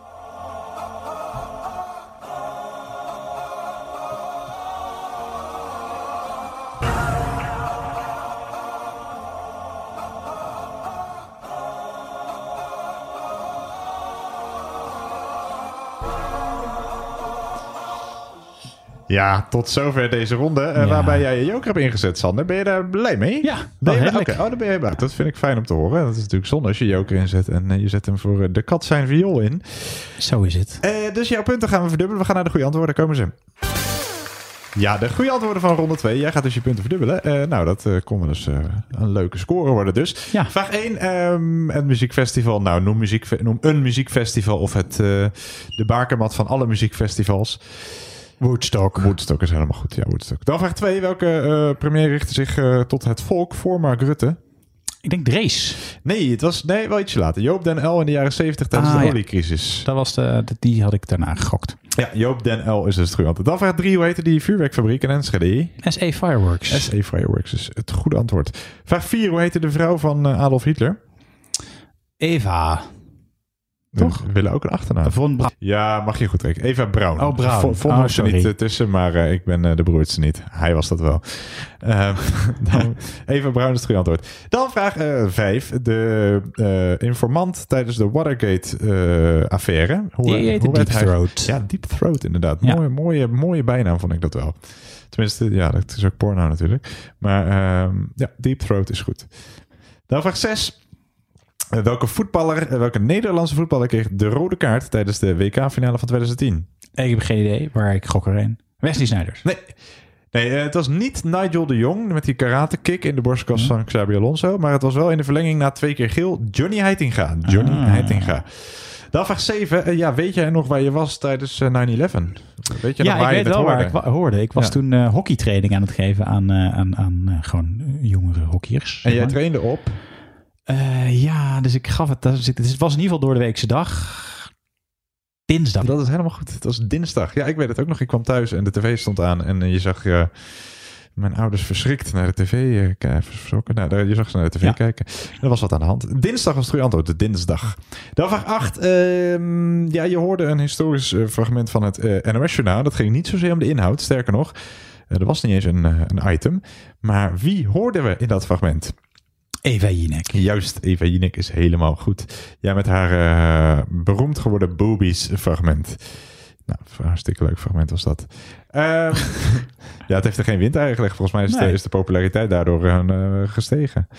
Ja, tot zover deze ronde. Waarbij jij je joker hebt ingezet, Sander. Ben je daar blij mee? Ja, Oké, daar ben je blij. Dat vind ik fijn om te horen. Dat is natuurlijk zonde als je joker inzet en je zet hem voor de kat zijn viool in. Zo is het. Dus jouw punten gaan we verdubbelen. We gaan naar de goede antwoorden. Komen ze. Ja, de goede antwoorden van ronde 2. Jij gaat dus je punten verdubbelen. Nou, dat kon wel eens een leuke score worden dus. Ja. Vraag 1. Het muziekfestival. Nou, noem een muziekfestival of de bakermat van alle muziekfestivals. Woodstock is helemaal goed. Ja, Woodstock. Dan vraag 2. Welke premier richtte zich tot het volk voor Mark Rutte? Ik denk Drees. Nee, het was wel ietsje later. Joop den Uyl in de jaren 70 tijdens de oliecrisis. Dat was die had ik daarna gegokt. Ja, Joop den Uyl is dus het goede antwoord. Dan vraag 3, hoe heette die vuurwerkfabriek in Enschede? S.A. Fireworks. S.A. Fireworks is het goede antwoord. Vraag 4, hoe heette de vrouw van Adolf Hitler? Eva. Toch? We willen ook een achternaam. Ja, mag je goed rekenen. Eva Braun. Oh, Braun. Von was er niet tussen, maar ik ben de broertje niet. Hij was dat wel. Eva Braun is het goede antwoord. Dan vraag 5. De informant tijdens de Watergate-affaire. Die heette Deep Throat. Ja, Deep Throat inderdaad. Ja. Mooie bijnaam vond ik dat wel. Tenminste, ja, dat is ook porno natuurlijk. Maar Deep Throat is goed. Dan vraag 6. Welke Nederlandse voetballer kreeg de rode kaart tijdens de WK-finale van 2010? Ik heb geen idee, maar ik gok erin. Wesley Sneijder. Nee, het was niet Nigel de Jong met die karate-kick in de borstkas van Xabi Alonso. Maar het was wel in de verlenging na 2 keer geel Johnny Heitinga. Heitinga. Dan vraag 7. Weet jij nog waar je was tijdens 9/11? Weet je nog waar ik weet wel waar ik hoorde. Ik was toen hockeytraining aan het geven aan gewoon jongere hockeyers. En jij trainde op? Dus ik gaf het. Het was in ieder geval door de weekse dag. Dinsdag. Dat is helemaal goed. Het was dinsdag. Ja, ik weet het ook nog. Ik kwam thuis en de tv stond aan. En je zag mijn ouders verschrikt naar de tv kijken. Je zag ze naar de tv kijken. Er was wat aan de hand. Dinsdag was het goede antwoord. De dinsdag. Dan vraag 8. Je hoorde een historisch fragment van het NOS-journaal. Dat ging niet zozeer om de inhoud. Sterker nog, er was niet eens een item. Maar wie hoorden we in dat fragment? Eva Jinek. Juist, Eva Jinek is helemaal goed. Ja, met haar beroemd geworden Boobies fragment. Nou, hartstikke leuk fragment was dat. Het heeft er geen wind eigenlijk. Volgens mij is de populariteit daardoor gestegen.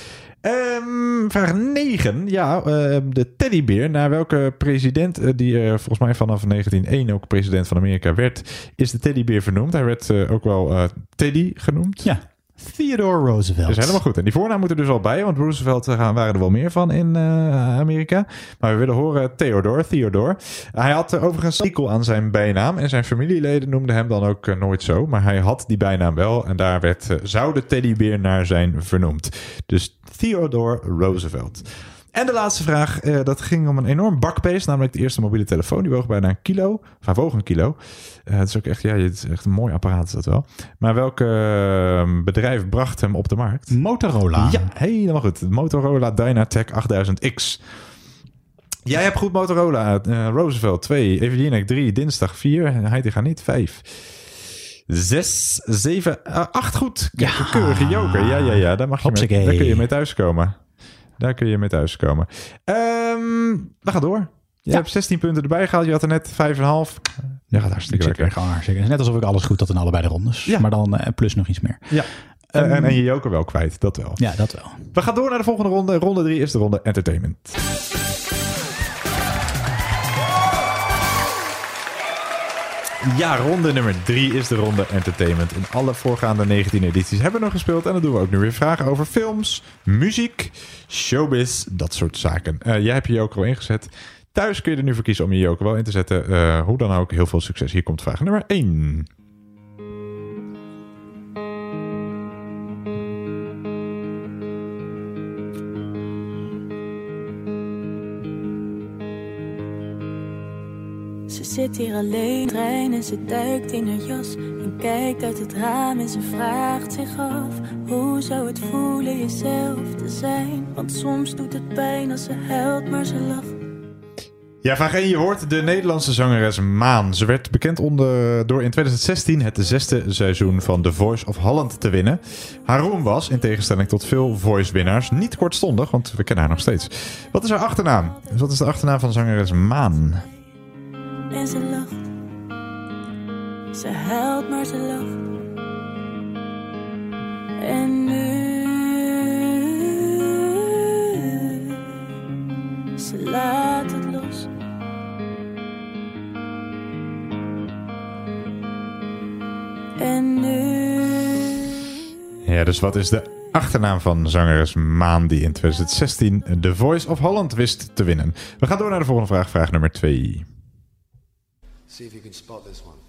Vraag 9. De teddybeer. Naar welke president die volgens mij vanaf 1901 ook president van Amerika werd, is de teddybeer vernoemd. Hij werd ook wel Teddy genoemd. Ja. Theodore Roosevelt. Dat is helemaal goed. En die voornaam moet er dus al bij, want Roosevelt waren er wel meer van in Amerika. Maar we willen horen Theodore. Hij had overigens een aan zijn bijnaam en zijn familieleden noemden hem dan ook nooit zo. Maar hij had die bijnaam wel en daar zou de teddybeer naar zijn vernoemd. Dus Theodore Roosevelt. En de laatste vraag, dat ging om een enorm bakbeest, namelijk de eerste mobiele telefoon. Die woog bijna 1 kilo, of hij woog 1 kilo. Het is ook echt, het is echt een mooi apparaat is dat wel. Maar welk bedrijf bracht hem op de markt? Motorola. Ja, helemaal goed. De Motorola Dynatec 8000X. Jij hebt goed Motorola. Roosevelt 2, Eva Jinek 3, dinsdag 4, Heitinga niet 5. 6, 7, 8 goed. Keurige joker. Ja, daar kun je mee thuiskomen. We gaan door. Je hebt 16 punten erbij gehaald. Je had er net 5,5. Ja, gaat hartstikke lekker. Hartstikke. Net alsof ik alles goed had in allebei de rondes. Ja. Maar dan plus nog iets meer. Ja. En je joker wel kwijt. Dat wel. Ja, dat wel. We gaan door naar de volgende ronde. Ronde 3 is de ronde entertainment. Ja, ronde nummer 3 is de ronde entertainment. In alle voorgaande 19 edities hebben we nog gespeeld. En dat doen we ook nu weer. Vragen over films, muziek, showbiz, dat soort zaken. Jij hebt je joker al ingezet. Thuis kun je er nu voor kiezen om je joker wel in te zetten. Hoe dan ook, heel veel succes. Hier komt vraag nummer 1. Ze zit hier alleen in de trein en ze duikt in haar jas en kijkt uit het raam en ze vraagt zich af: hoe zou het voelen jezelf te zijn? Want soms doet het pijn als ze huilt, maar ze lacht. Ja, vraag 1. Je hoort de Nederlandse zangeres Maan. Ze werd bekend door in 2016 het 6e seizoen van The Voice of Holland te winnen. Haar roem was, in tegenstelling tot veel Voice-winnaars, niet kortstondig, want we kennen haar nog steeds. Wat is haar achternaam? Dus wat is de achternaam van zangeres Maan? En ze lacht. Ze huilt, maar ze lacht. En nu ze laat het los. En nu. Ja, dus wat is de achternaam van zangeres Maan die in 2016 The Voice of Holland wist te winnen? We gaan door naar de volgende vraag, vraag nummer 2. See if you can spot this one.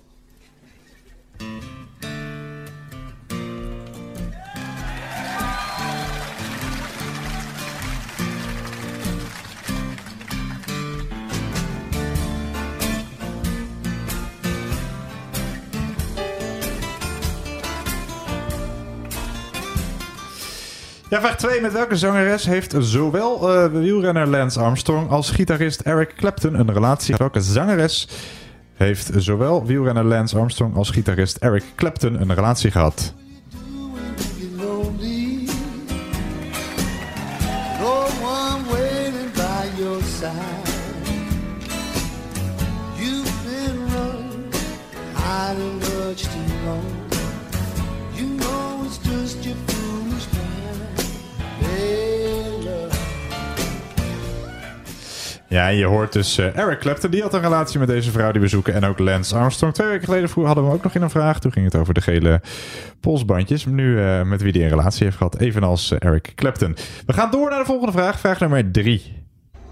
Ja, vraag 2. Met welke zangeres heeft zowel wielrenner Lance Armstrong als gitarist Eric Clapton een relatie? Welke zangeres heeft zowel wielrenner Lance Armstrong als gitarist Eric Clapton een relatie gehad? Ja, je hoort dus Eric Clapton. Die had een relatie met deze vrouw die we zoeken. En ook Lance Armstrong. 2 weken geleden hadden we ook nog in een vraag. Toen ging het over de gele polsbandjes. Nu met wie die een relatie heeft gehad. Evenals Eric Clapton. We gaan door naar de volgende vraag. Vraag nummer 3.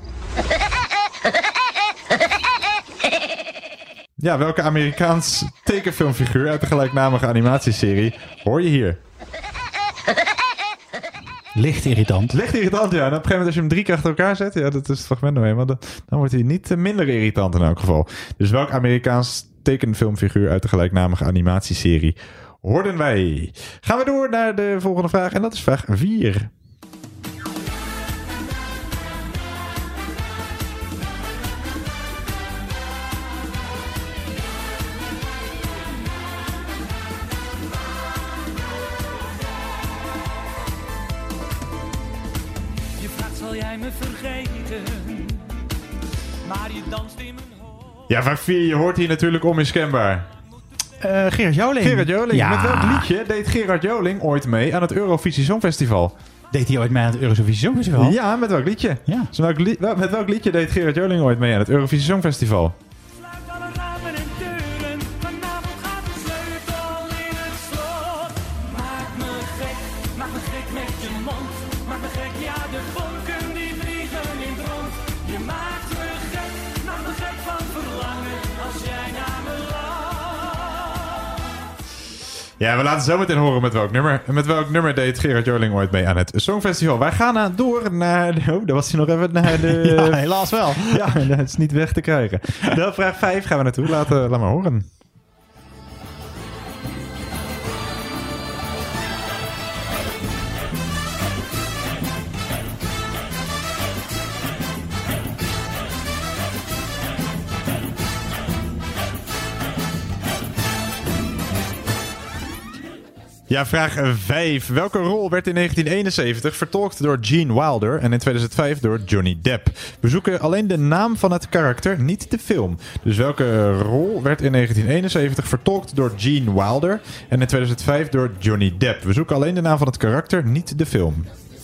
Ja, welke Amerikaans tekenfilmfiguur uit de gelijknamige animatieserie hoor je hier? Licht irritant. Licht irritant, ja. En op een gegeven moment als je hem 3 keer achter elkaar zet, ja, dat is het fragment nog eenmaal, dan wordt hij niet minder irritant in elk geval. Dus welk Amerikaans tekenfilmfiguur uit de gelijknamige animatieserie hoorden wij? Gaan we door naar de volgende vraag en dat is vraag 4. Ja, vraag 4. Je hoort hier natuurlijk onmiskenbaar. Gerard Joling. Gerard Joling. Ja. Met welk liedje deed Gerard Joling ooit mee aan het Eurovisie Songfestival? Deed hij ooit mee aan het Eurovisie Songfestival? Ja, met welk liedje? Ja. Dus met welk liedje deed Gerard Joling ooit mee aan het Eurovisie Songfestival? Ja, we laten zo meteen horen met welk nummer. Met welk nummer deed Gerard Joling ooit mee aan het Songfestival. Wij gaan door naar... Oh, daar was hij nog even naar de... Ja, helaas wel. Ja, dat is niet weg te krijgen. De vraag 5 gaan we naartoe. Laat maar horen. Ja, vraag 5. Welke rol werd in 1971 vertolkt door Gene Wilder en in 2005 door Johnny Depp? We zoeken alleen de naam van het karakter, niet de film. Dus welke rol werd in 1971 vertolkt door Gene Wilder en in 2005 door Johnny Depp? We zoeken alleen de naam van het karakter, niet de film.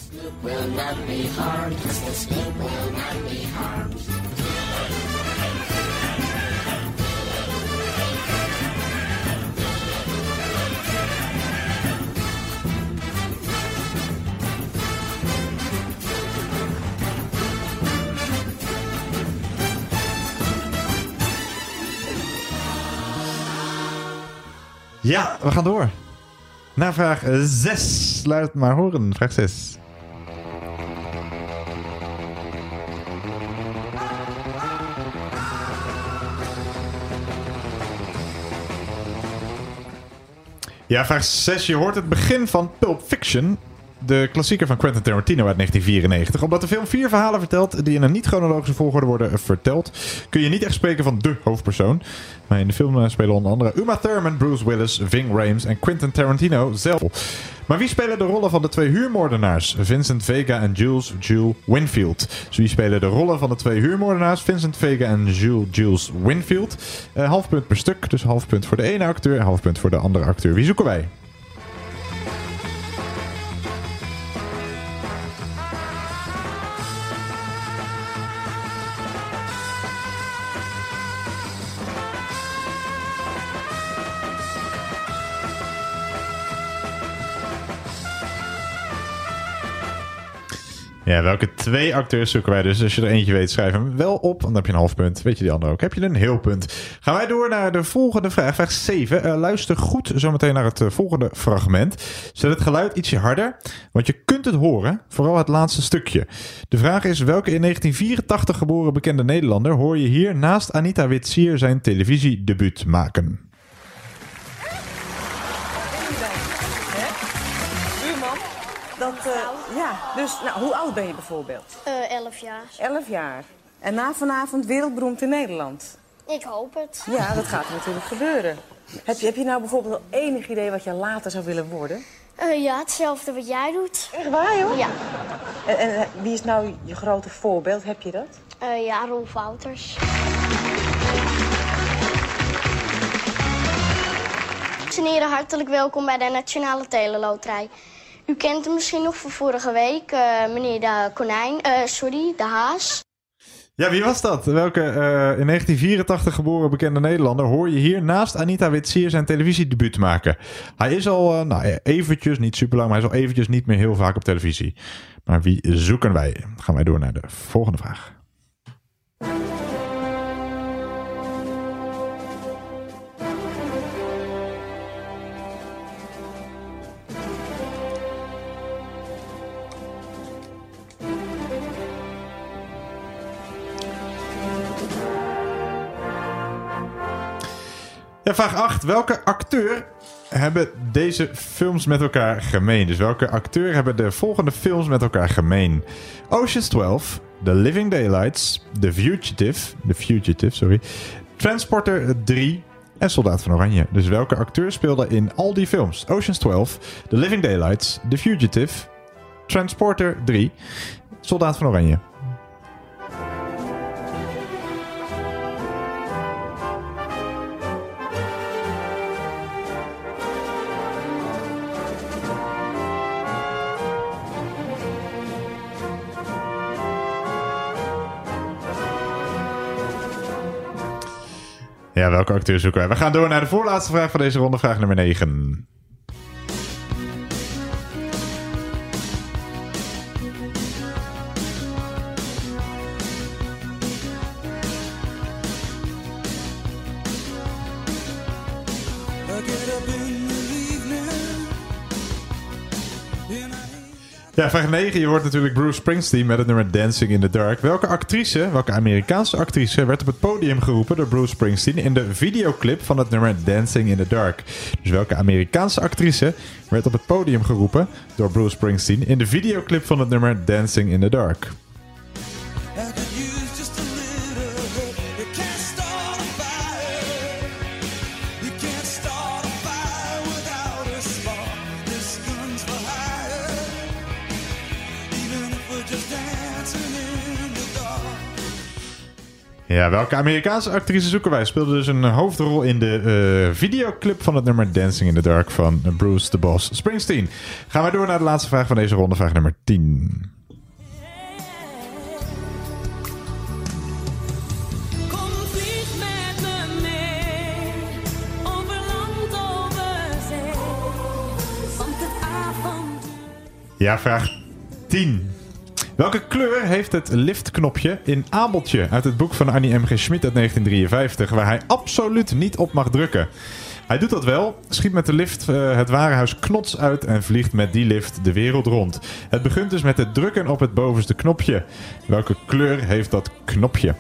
Ja, we gaan door. Naar vraag 6. Laat het maar horen. Vraag 6. Ja, vraag 6. Je hoort het begin van Pulp Fiction. De klassieker van Quentin Tarantino uit 1994. Omdat de film 4 verhalen vertelt die in een niet-chronologische volgorde worden verteld, kun je niet echt spreken van de hoofdpersoon. Maar in de film spelen onder andere Uma Thurman, Bruce Willis, Ving Rhames en Quentin Tarantino zelf. Maar wie spelen de rollen van de 2 huurmoordenaars? Vincent Vega en Jules Winfield. Dus wie spelen de rollen van de 2 huurmoordenaars? Vincent Vega en Jules Winfield. Half punt per stuk, dus half punt voor de ene acteur en half punt voor de andere acteur. Wie zoeken wij? Ja, welke 2 acteurs zoeken wij dus? Als je er eentje weet, schrijf hem wel op. Dan heb je een half punt. Weet je die andere ook? Heb je een heel punt. Gaan wij door naar de volgende vraag. Vraag 7. Luister goed zometeen naar het volgende fragment. Zet het geluid ietsje harder. Want je kunt het horen. Vooral het laatste stukje. De vraag is: welke in 1984 geboren bekende Nederlander hoor je hier naast Anita Witsier zijn televisiedebuut maken? Buurman? Dus hoe oud ben je bijvoorbeeld? 11 jaar. 11 jaar. En na vanavond wereldberoemd in Nederland? Ik hoop het. Ja, dat gaat natuurlijk gebeuren. Heb je nou bijvoorbeeld al enig idee wat je later zou willen worden? Ja, hetzelfde wat jij doet. Echt waar, joh? Ja. En wie is nou je grote voorbeeld? Heb je dat? Ja, Rolf Wouters. Dames en heren, hartelijk welkom bij de Nationale Teleloterij. U kent hem misschien nog van vorige week, meneer de Haas. Ja, wie was dat? Welke in 1984 geboren bekende Nederlander hoor je hier naast Anita Witsier zijn televisiedebuut maken? Hij is al eventjes, niet super lang, maar hij is al eventjes niet meer heel vaak op televisie. Maar wie zoeken wij? Gaan wij door naar de volgende vraag. Ja, vraag 8. Welke acteur hebben deze films met elkaar gemeen? Dus welke acteur hebben de volgende films met elkaar gemeen? Ocean's 12, The Living Daylights, The Fugitive, Transporter 3 en Soldaat van Oranje. Dus welke acteur speelde in al die films? Ocean's 12, The Living Daylights, The Fugitive, Transporter 3, Soldaat van Oranje. Ja, welke acteur zoeken wij? We gaan door naar de voorlaatste vraag van deze ronde, vraag nummer 9. Ja, vraag 9. Je hoort natuurlijk Bruce Springsteen met het nummer Dancing in the Dark. Welke Amerikaanse actrice werd op het podium geroepen door Bruce Springsteen in de videoclip van het nummer Dancing in the Dark? Dus welke Amerikaanse actrice werd op het podium geroepen door Bruce Springsteen in de videoclip van het nummer Dancing in the Dark? Ja, welke Amerikaanse actrice zoeken wij? Speelde dus een hoofdrol in de videoclip van het nummer Dancing in the Dark van Bruce the Boss Springsteen. Gaan wij door naar de laatste vraag van deze ronde, vraag nummer 10. Ja, vraag 10. Welke kleur heeft het liftknopje in Abeltje uit het boek van Annie M.G. Schmid uit 1953, waar hij absoluut niet op mag drukken? Hij doet dat wel, schiet met de lift het warenhuis knots uit en vliegt met die lift de wereld rond. Het begint dus met het drukken op het bovenste knopje. Welke kleur heeft dat knopje?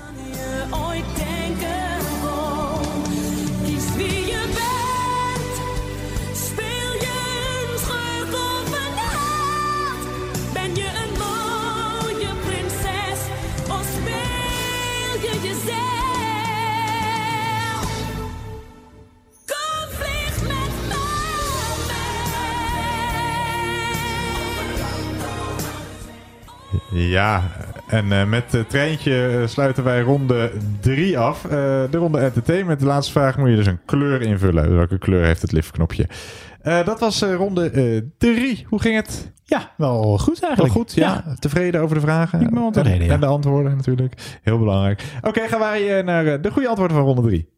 Ja, en met het treintje sluiten wij ronde 3 af. De ronde entertainment. De laatste vraag moet je dus een kleur invullen. Welke kleur heeft het liftknopje? Dat was ronde 3. Hoe ging het? Ja, wel goed eigenlijk. Wel goed, ja. Tevreden over de vragen? Ik ben wel tevreden, en de antwoorden natuurlijk. Heel belangrijk. Oké, gaan wij naar de goede antwoorden van ronde 3.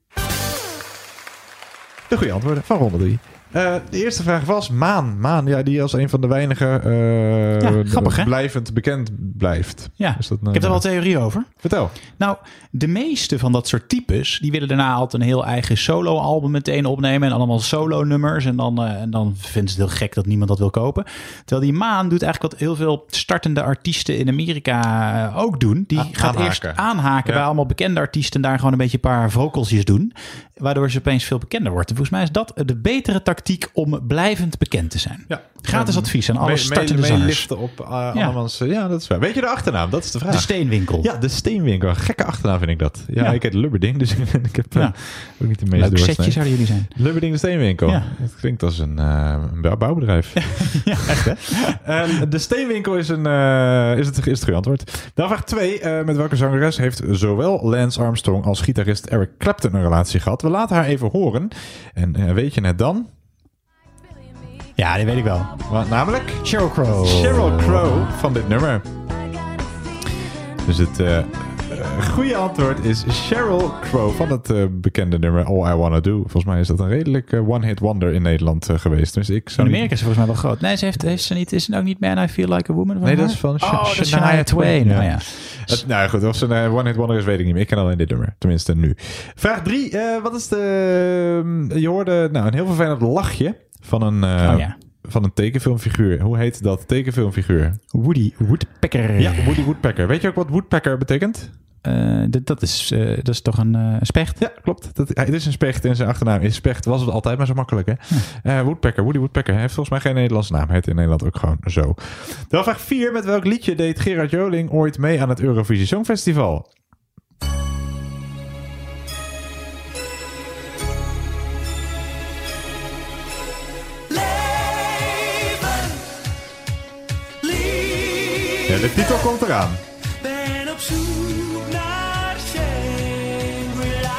De goede antwoorden van ronde 3. De eerste vraag was Maan. Maan, ja, die als een van de weinige grappig, blijvend bekend blijft. Ja, dus dat, ik heb er wel theorie over. Vertel. Nou, de meeste van dat soort types, die willen daarna altijd een heel eigen solo-album meteen opnemen en allemaal solo-nummers. En dan vinden ze het heel gek dat niemand dat wil kopen. Terwijl die Maan doet eigenlijk wat heel veel startende artiesten in Amerika ook doen. Die gaat eerst aanhaken bij allemaal bekende artiesten en daar gewoon een beetje een paar vocalsjes doen. waardoor ze opeens veel bekender wordt. En volgens mij is dat de betere tactiek om blijvend bekend te zijn. Ja. Gratis advies aan alle startende zangers. Liften op andermans. Ja, dat is waar. Weet je de achternaam? Dat is de vraag. De Steenwinkel. Ja, de Steenwinkel. Gekke achternaam vind ik dat. Ja. Ik heet Lubberding, dus ik heb ook niet de meeste leuk setje zouden jullie zijn. Lubberding de Steenwinkel. Ja. Het klinkt als een bouwbedrijf. Ja, echt hè? De Steenwinkel is het goede antwoord. Dan vraag 2. Met welke zangeres heeft zowel Lance Armstrong als gitarist Eric Clapton een relatie gehad? We laten haar even horen. En weet je het dan? Ja, die weet ik wel. Wat, namelijk? Sheryl Crow. Sheryl Crow van dit nummer. Dus het goede antwoord is Sheryl Crow van het bekende nummer All I Wanna Do. Volgens mij is dat een redelijk one-hit wonder in Nederland geweest. Dus ik zou in Amerika is ze volgens mij wel groot. Nee, heeft ze niet. Is het ook niet Man I Feel Like a Woman? Nee, dat is van Shania Twain. Ja. Nou ja. Nou goed, of ze een one-hit wonder is, weet ik niet meer. Ik ken alleen dit nummer. Tenminste nu. Vraag 3. Wat is je hoorde een heel vervelend lachje van een tekenfilmfiguur. Hoe heet dat tekenfilmfiguur? Woody Woodpecker. Ja, Woody Woodpecker. Weet je ook wat woodpecker betekent? Dat is toch een specht? Ja, klopt. Het is een specht en zijn achternaam is specht. Was het altijd maar zo makkelijk, hè? Woodpecker, Woody Woodpecker. Hij heeft volgens mij geen Nederlandse naam. Hij heet in Nederland ook gewoon zo. Dan vraag 4. Met welk liedje deed Gerard Joling ooit mee aan het Eurovisie Songfestival? Ja, de titel komt eraan. Ben op zoek naar Shangri-La.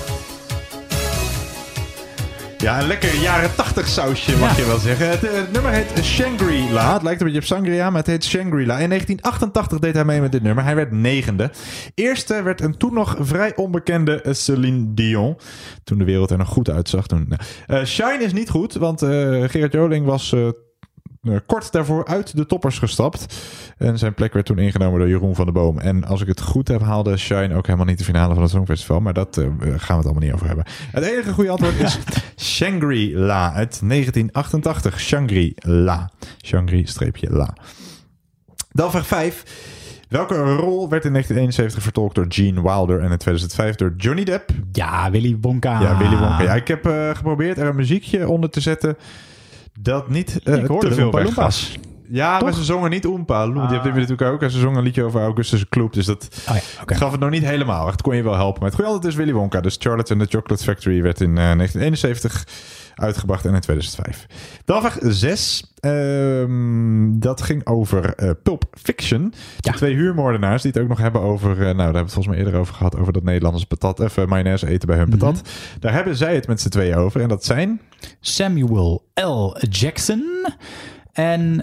Ja, een lekker jaren 80 sausje mag je wel zeggen. Het nummer heet Shangri-La. Het lijkt een beetje op Sangria, maar het heet Shangri-La. In 1988 deed hij mee met dit nummer. Hij werd 9e. Eerste werd een toen nog vrij onbekende Céline Dion. Toen de wereld er nog goed uitzag. Shine is niet goed, want Gerard Joling was kort daarvoor uit de toppers gestapt. En zijn plek werd toen ingenomen door Jeroen van der Boom. En als ik het goed heb, haalde Shine ook helemaal niet de finale van het Songfestival. Maar dat gaan we het allemaal niet over hebben. Het enige goede antwoord is Shangri-La uit 1988. Shangri-La. Shangri-La. Dan vraag 5. Welke rol werd in 1971 vertolkt door Gene Wilder en in 2005 door Johnny Depp? Ja, Willy Wonka. Ja, Willy Wonka. Ja, ik heb geprobeerd er een muziekje onder te zetten dat niet te veel weggas. Ja, toch? Maar ze zongen niet Oompa. Die heb je natuurlijk ook. En ze zongen een liedje over Augustus Gloop. Dus dat gaf het nog niet helemaal. Het kon je wel helpen. Maar het goede altijd is Willy Wonka. Dus Charlotte and the Chocolate Factory werd in 1971 uitgebracht en in 2005. Dan vraag 6. Dat ging over Pulp Fiction. De 2 huurmoordenaars die het ook nog hebben over... daar hebben we het volgens mij eerder over gehad. Over dat Nederlanders mayonaise eten bij hun patat. Daar hebben zij het met z'n tweeën over. En dat zijn... Samuel L. Jackson... En,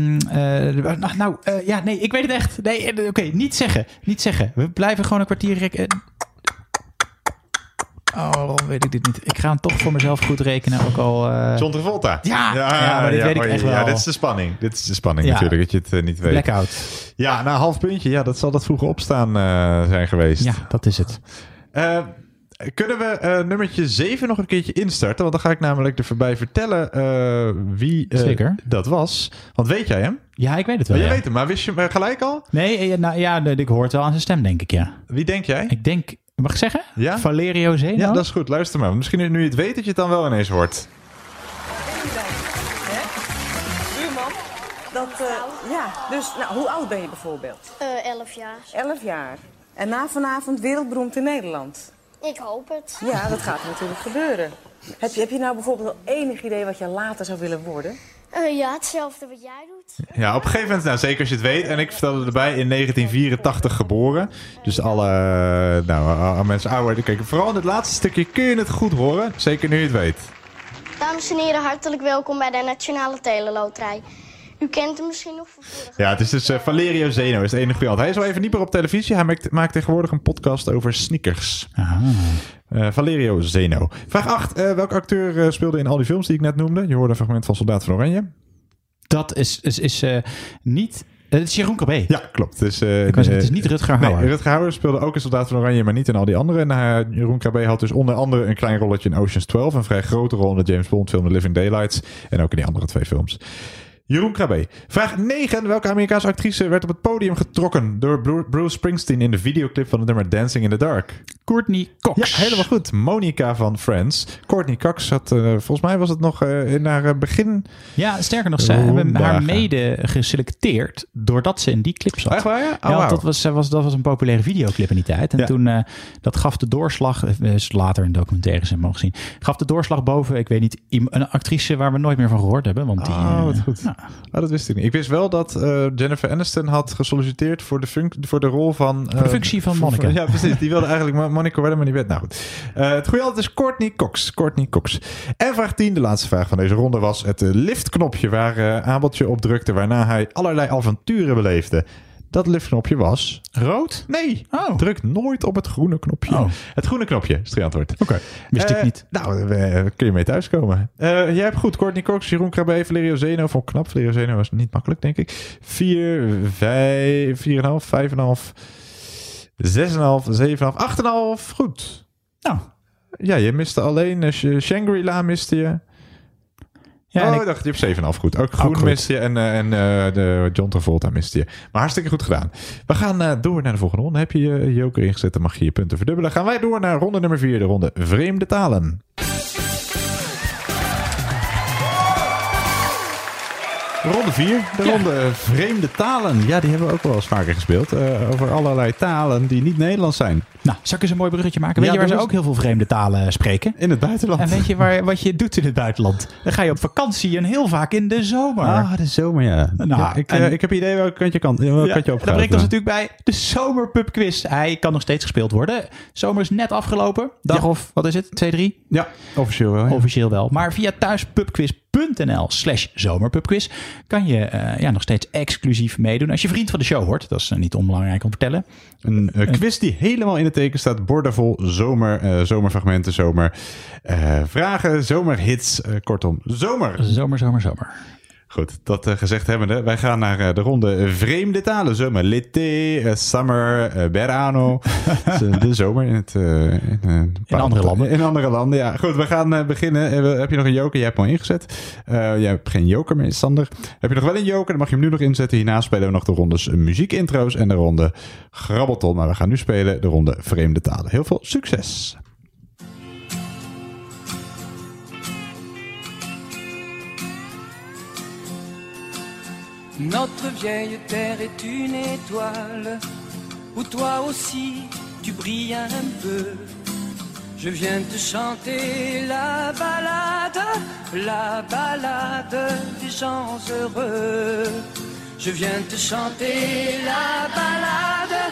nee, ik weet het echt. Nee, oké, niet zeggen. We blijven gewoon een kwartier rekken. Waarom weet ik dit niet? Ik ga hem toch voor mezelf goed rekenen, ook al... John Travolta. Ja, maar dit weet ik echt wel. Ja, dit is de spanning natuurlijk, dat je het niet weet. Blackout. Ja, na een half puntje. Ja, dat zal dat vroeger opstaan zijn geweest. Ja, dat is het. Kunnen we nummertje 7 nog een keertje instarten? Want dan ga ik namelijk er voorbij vertellen wie dat was. Want weet jij hem? Ja, ik weet het wel. Jij weet hem, maar wist je hem gelijk al? Nee, ik hoor het wel aan zijn stem, denk ik, ja. Wie denk jij? Ik denk, mag ik zeggen? Ja? Valerio Zeno? Ja, dat is goed. Luister maar. Misschien nu je het weet, dat je het dan wel ineens hoort. Buurman? Dus hoe oud ben je bijvoorbeeld? 11 jaar. 11 jaar. En na vanavond wereldberoemd in Nederland? Ik hoop het. Ja, dat gaat natuurlijk gebeuren. Heb je nou bijvoorbeeld al enig idee wat je later zou willen worden? Ja, hetzelfde wat jij doet. Ja, op een gegeven moment, nou zeker als je het weet. En ik vertelde erbij, in 1984 geboren. Dus alle mensen ouder. Kijk, vooral in het laatste stukje kun je het goed horen. Zeker nu je het weet. Dames en heren, hartelijk welkom bij de Nationale Teleloterij. U kent hem misschien nog van vorige. Ja, het is dus Valerio Zeno, is het enige goede. Hij is wel even niet meer op televisie. Hij maakt tegenwoordig een podcast over sneakers. Valerio Zeno. Vraag 8. Welke acteur speelde in al die films die ik net noemde? Je hoorde een fragment van Soldaat van Oranje. Dat is niet... Het is Jeroen Cabé. Ja, klopt. Dus, het is niet Rutger Hauer. Nee, Rutger Hauer speelde ook in Soldaat van Oranje, maar niet in al die andere. En Jeroen Cabé had dus onder andere een klein rolletje in Ocean's 12. Een vrij grote rol in de James Bond film The Living Daylights. En ook in die andere 2 films. Jeroen Krabbe. Vraag 9. Welke Amerikaanse actrice werd op het podium getrokken door Bruce Springsteen in de videoclip van het nummer Dancing in the Dark? Courtney Cox. Ja, helemaal goed. Monica van Friends. Courtney Cox had, volgens mij was het nog in haar begin... Ja, sterker nog, ze hebben haar mede geselecteerd doordat ze in die clip zat. Echt waar, ja? Ja, want dat was een populaire videoclip in die tijd. En toen, dat gaf de doorslag, later in documentaires hebben mogen zien, gaf de doorslag boven, ik weet niet, een actrice waar we nooit meer van gehoord hebben. Want die, wat goed. Dat wist ik niet. Ik wist wel dat Jennifer Aniston had gesolliciteerd voor de rol van... voor de functie van Monica. Ja, precies. Die wilde eigenlijk Monica worden, maar die werd... Nou goed. Het goede antwoord is Courtney Cox. En vraag 10, de laatste vraag van deze ronde, was het liftknopje waar Abeltje op drukte, waarna hij allerlei avonturen beleefde. Dat liftknopje was... rood? Nee. Oh. Druk nooit op het groene knopje. Oh. Het groene knopje is het antwoord. Oké. Wist ik niet. Nou, kun je mee thuiskomen. Jij hebt goed. Courtney Cox, Jeroen Krabbe, Valerio Zeno. Vond ik knap. Valerio Zeno was niet makkelijk, denk ik. 4, 5, 4,5, 5,5, 6,5, 7,5, 8,5. Goed. Nou. Ja, je miste alleen Shangri-La miste je. Ja, ik dacht, je hebt 7,5 goed. Ook groen miste je en de John Travolta miste je. Maar hartstikke goed gedaan. We gaan door naar de volgende ronde. Heb je je joker ingezet, dan mag je je punten verdubbelen. Gaan wij door naar ronde nummer 4, de ronde vreemde talen. Ronde 4, de ronde vreemde talen. Ja, die hebben we ook wel eens vaker gespeeld. Over allerlei talen die niet Nederlands zijn. Nou, zal ik eens een mooi bruggetje maken? Weet je waar ze ook heel veel vreemde talen spreken? In het buitenland. En weet je wat je doet in het buitenland? Dan ga je op vakantie en heel vaak in de zomer. Ah, de zomer, ja. Nou, ik heb een idee welk kantje op gaat. Dat brengt ons natuurlijk bij de zomerpubquiz. Hij kan nog steeds gespeeld worden. Zomer is net afgelopen. Dag of, wat is het? 2, 3? Ja, officieel wel. Ja. Officieel wel. Maar via thuispubquiz.nl/zomerpubquiz kan je nog steeds exclusief meedoen. Als je vriend van de show wordt. Dat is niet onbelangrijk om te vertellen. Een quiz die helemaal in het teken staat. Bordevol zomerfragmenten, vragen, zomerhits. Kortom, zomer. Zomer. Goed, dat gezegd hebbende. Wij gaan naar de ronde vreemde talen. Zomer, l'été, summer, verano. De zomer in andere landen. In andere landen, ja. Goed, we gaan beginnen. Heb je nog een joker? Jij hebt hem al ingezet. Jij hebt geen joker meer, Sander. Heb je nog wel een joker? Dan mag je hem nu nog inzetten. Hierna spelen we nog de rondes muziekintro's en de ronde grabbelton. Maar we gaan nu spelen de ronde vreemde talen. Heel veel succes! Notre vieille terre est une étoile, où toi aussi tu brilles un peu. Je viens te chanter la ballade des gens heureux. Je viens te chanter la ballade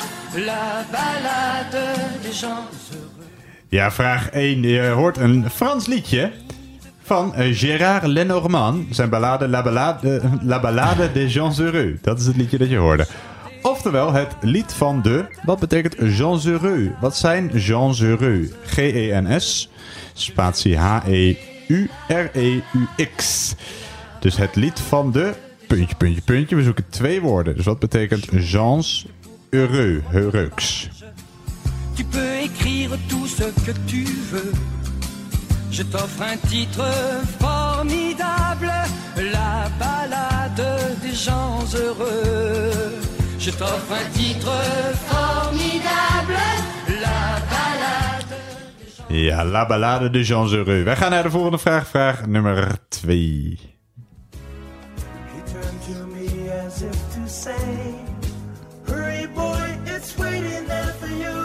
des gens heureux. Ja, vraag 1. Je hoort een Frans liedje van Gérard Lenormand. Zijn ballade La Ballade des Gens Heureux. Dat is het liedje dat je hoorde. Oftewel het lied van de... Wat betekent Gens Heureux? Wat zijn Gens Heureux? G-E-N-S, spatie H-E-U-R-E-U-X. Dus het lied van de... Puntje. We zoeken 2 woorden. Dus wat betekent Gens Heureux? Heureux. Tu peux écrire tout ce que tu veux. Je t'offre un titre formidable, la ballade des gens heureux. Je t'offre un titre formidable, la ballade des gens... Ja, la ballade des gens heureux. Wij gaan naar de volgende vraag, vraag nummer 2. He turned to me as if to say, hurry boy, it's waiting there for you.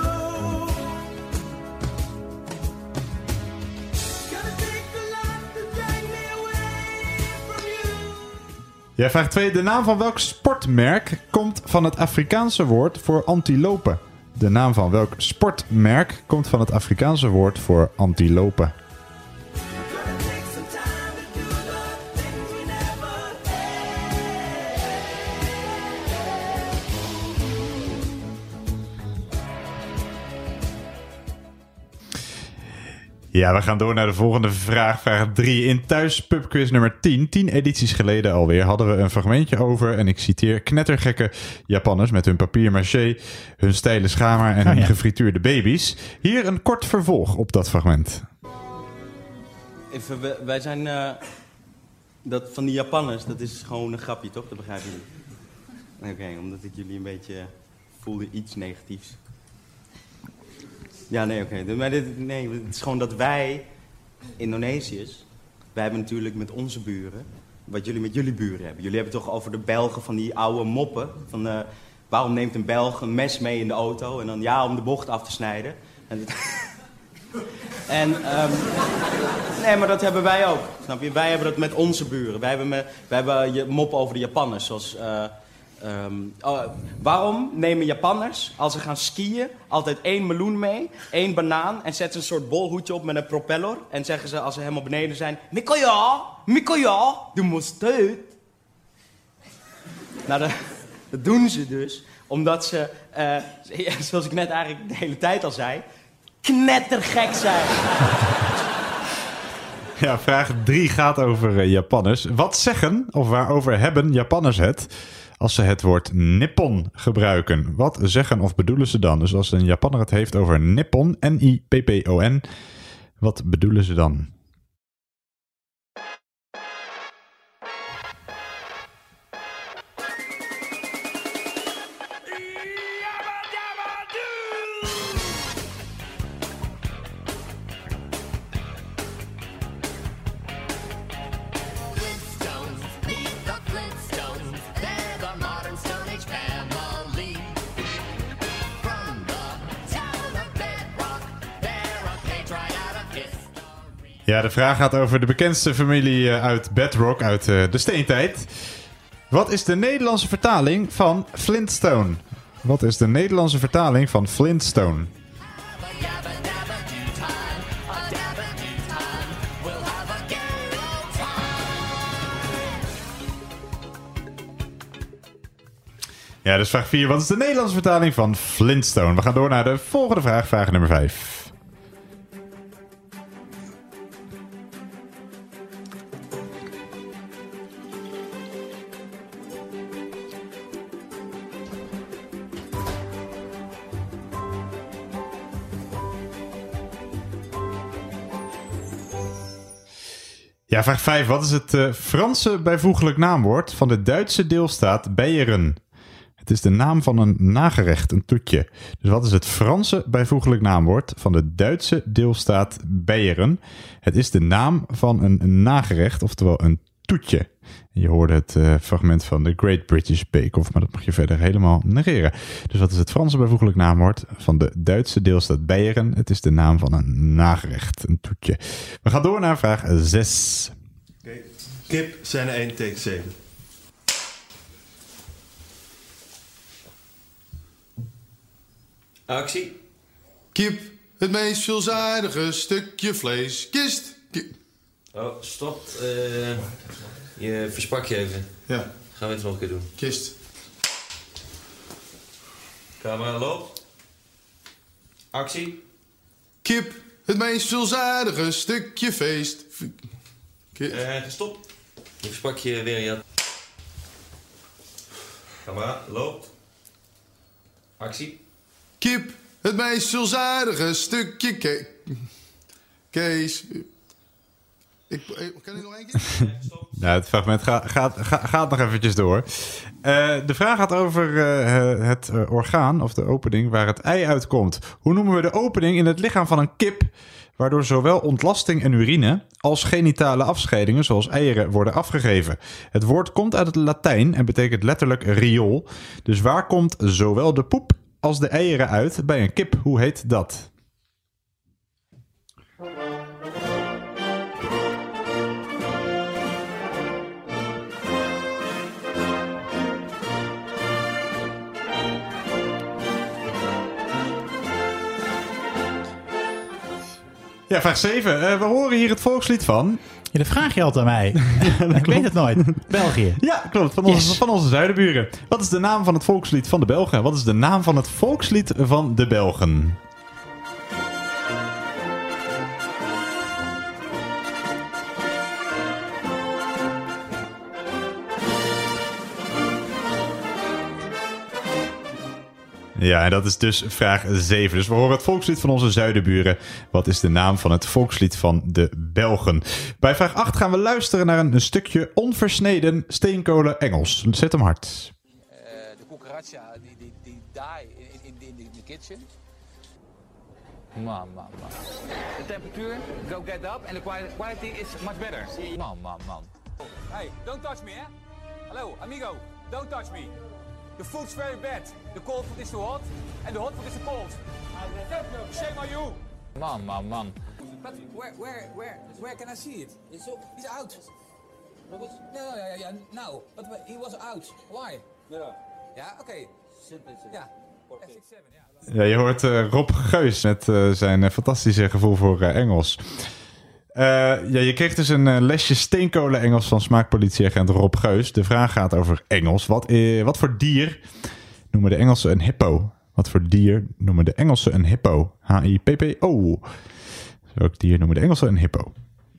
Ja, vraag 2. De naam van welk sportmerk komt van het Afrikaanse woord voor antilope? De naam van welk sportmerk komt van het Afrikaanse woord voor antilope? Ja, we gaan door naar de volgende vraag. Vraag 3. In thuispubquiz nummer 10, 10 edities geleden alweer, hadden we een fragmentje over, en ik citeer, knettergekke Japanners met hun papier-maché, hun steile schamer en hun gefrituurde baby's. Hier een kort vervolg op dat fragment. Even, wij zijn Dat van die Japanners, dat is gewoon een grapje, toch? Dat begrijpen jullie. Oké, omdat ik jullie een beetje voelde iets negatiefs. Ja, nee, oké. Maar het is gewoon dat wij, Indonesiërs, wij hebben natuurlijk met onze buren, wat jullie met jullie buren hebben. Jullie hebben toch over de Belgen van die oude moppen. Van, waarom neemt een Belg een mes mee in de auto en dan om de bocht af te snijden. Nee, maar dat hebben wij ook, snap je? Wij hebben dat met onze buren. Wij hebben moppen over de Japanners, zoals... waarom nemen Japanners, als ze gaan skiën, altijd 1 meloen mee, 1 banaan en zetten een soort bolhoedje op met een propeller en zeggen ze als ze helemaal beneden zijn, Mikoya, du moest uit. Nou, dat doen ze dus, omdat ze, zoals ik net eigenlijk de hele tijd al zei, knettergek zijn. Ja, vraag 3 gaat over Japanners. Wat zeggen of waarover hebben Japanners het als ze het woord Nippon gebruiken? Wat zeggen of bedoelen ze dan? Dus als een Japanner het heeft over Nippon, N-I-P-P-O-N, wat bedoelen ze dan? Ja, de vraag gaat over de bekendste familie uit Bedrock, uit de steentijd. Wat is de Nederlandse vertaling van Flintstone? Wat is de Nederlandse vertaling van Flintstone? Ja, dus vraag 4. Wat is de Nederlandse vertaling van Flintstone? We gaan door naar de volgende vraag, vraag nummer 5. Ja, vraag 5. Wat is het Franse bijvoeglijk naamwoord van de Duitse deelstaat Beieren? Het is de naam van een nagerecht, een toetje. Dus wat is het Franse bijvoeglijk naamwoord van de Duitse deelstaat Beieren? Het is de naam van een nagerecht, oftewel een toetje. Je hoorde het fragment van The Great British Bake Off, maar dat mag je verder helemaal negeren. Dus wat is het Franse bijvoeglijk naamwoord van de Duitse deelstaat Beieren? Het is de naam van een nagerecht, een toetje. We gaan door naar vraag 6. Oké. Kip, scène 1, take 7. Actie. Kip, het meest veelzijdige stukje vlees. Kist. Oh, stop. Je versprak je even. Ja. Gaan we het nog een keer doen. Kist. Camera loopt. Actie. Kip, het meest veelzijdige stukje feest. Stop. Je versprak je weer, ja. Camera loopt. Actie. Kip, het meest veelzijdige stukje Kees. Kan ik nog één keer? Nou, het fragment gaat nog eventjes door. De vraag gaat over het orgaan of de opening waar het ei uitkomt. Hoe noemen we de opening in het lichaam van een kip, waardoor zowel ontlasting en urine als genitale afscheidingen zoals eieren worden afgegeven? Het woord komt uit het Latijn en betekent letterlijk riool. Dus waar komt zowel de poep als de eieren uit bij een kip? Hoe heet dat? Ja, vraag 7. We horen hier het volkslied van... Ja, dat vraag je altijd aan mij. Ik weet het nooit. België. Ja, klopt. Van onze zuidenburen. Wat is de naam van het volkslied van de Belgen? Wat is de naam van het volkslied van de Belgen? Ja, en dat is dus vraag 7. Dus we horen het volkslied van onze zuidenburen. Wat is de naam van het volkslied van de Belgen? Bij vraag 8 gaan we luisteren naar een stukje onversneden steenkolen Engels. Zet hem hard. De cucaracha die die in the kitchen. Man. The temperature go get up and the quality is much better. Man. Hey, don't touch me, eh? Hello, amigo, don't touch me. The food's very bad. The cold food is too hot and the hot food is too cold. Shame on you. Man. But where can I see it? He's out. Yeah, now. But he was out. Why? Yeah, okay. Yeah. Ja, je hoort Rob Geus met zijn fantastische gevoel voor Engels. Je kreeg dus een lesje steenkolen Engels van smaakpolitieagent Rob Geus. De vraag gaat over Engels. Wat voor dier noemen de Engelsen een hippo? Wat voor dier noemen de Engelsen een hippo? H-I-P-P-O. Welk dier noemen de Engelsen een hippo?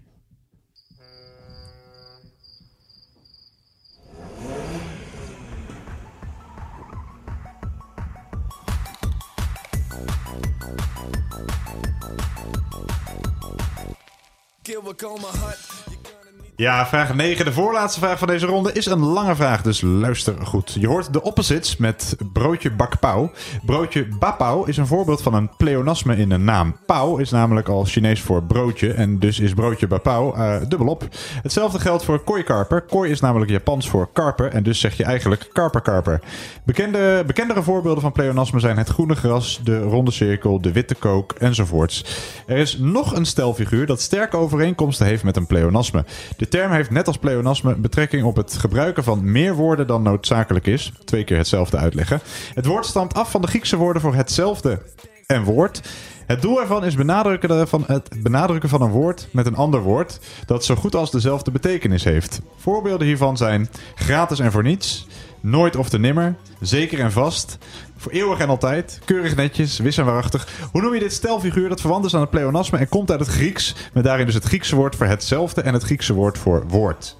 Ja, vraag 9. De voorlaatste vraag van deze ronde is een lange vraag, dus luister goed. Je hoort de opposites met broodje bakpao. Broodje bapao is een voorbeeld van een pleonasme in een naam. Pao is namelijk al Chinees voor broodje en dus is broodje bapao dubbelop. Hetzelfde geldt voor kooikarper. Kooi is namelijk Japans voor karper en dus zeg je eigenlijk karperkarper. Bekendere voorbeelden van pleonasme zijn het groene gras, de ronde cirkel, de witte kook enzovoorts. Er is nog een stelfiguur dat sterke overeenkomsten heeft met een pleonasme. De term heeft net als pleonasme betrekking op het gebruiken van meer woorden dan noodzakelijk is. 2 keer hetzelfde uitleggen. Het woord stamt af van de Griekse woorden voor hetzelfde en woord. Het doel ervan is het benadrukken van een woord met een ander woord dat zo goed als dezelfde betekenis heeft. Voorbeelden hiervan zijn gratis en voor niets, nooit of te nimmer, zeker en vast, voor eeuwig en altijd, keurig netjes, wis en waarachtig. Hoe noem je dit stelfiguur dat verwant is aan het pleonasme en komt uit het Grieks, met daarin dus het Griekse woord voor hetzelfde en het Griekse woord voor woord?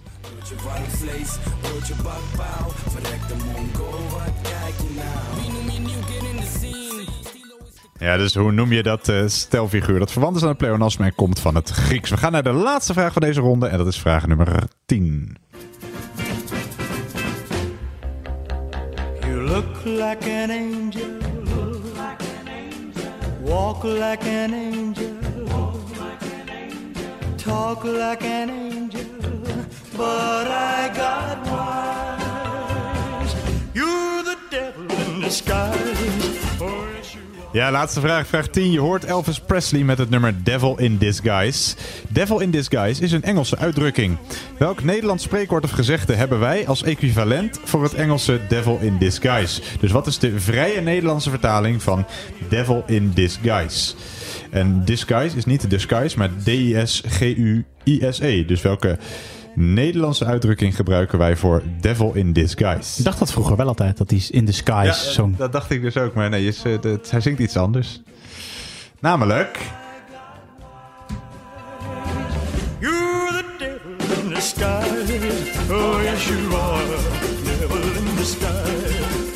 Ja, dus hoe noem je dat stelfiguur dat verwant is aan het pleonasme en komt van het Grieks? We gaan naar de laatste vraag van deze ronde en dat is vraag nummer 10. You look like an angel. Walk like an angel. Talk like an angel. But I got wise. You're the devil in disguise. Ja, laatste vraag. Vraag 10. Je hoort Elvis Presley met het nummer Devil in Disguise. Devil in Disguise is een Engelse uitdrukking. Welk Nederlands spreekwoord of gezegde hebben wij als equivalent voor het Engelse Devil in Disguise? Dus wat is de vrije Nederlandse vertaling van Devil in Disguise? En disguise is niet disguise, maar D-I-S-G-U-I-S-E. Dus welke Nederlandse uitdrukking gebruiken wij voor Devil in Disguise? Ik dacht dat vroeger wel altijd, dat hij in disguise zong. Dat dacht ik dus ook, maar nee, hij zingt iets anders. Namelijk... You're the devil in disguise. Oh yes you are. Devil in disguise.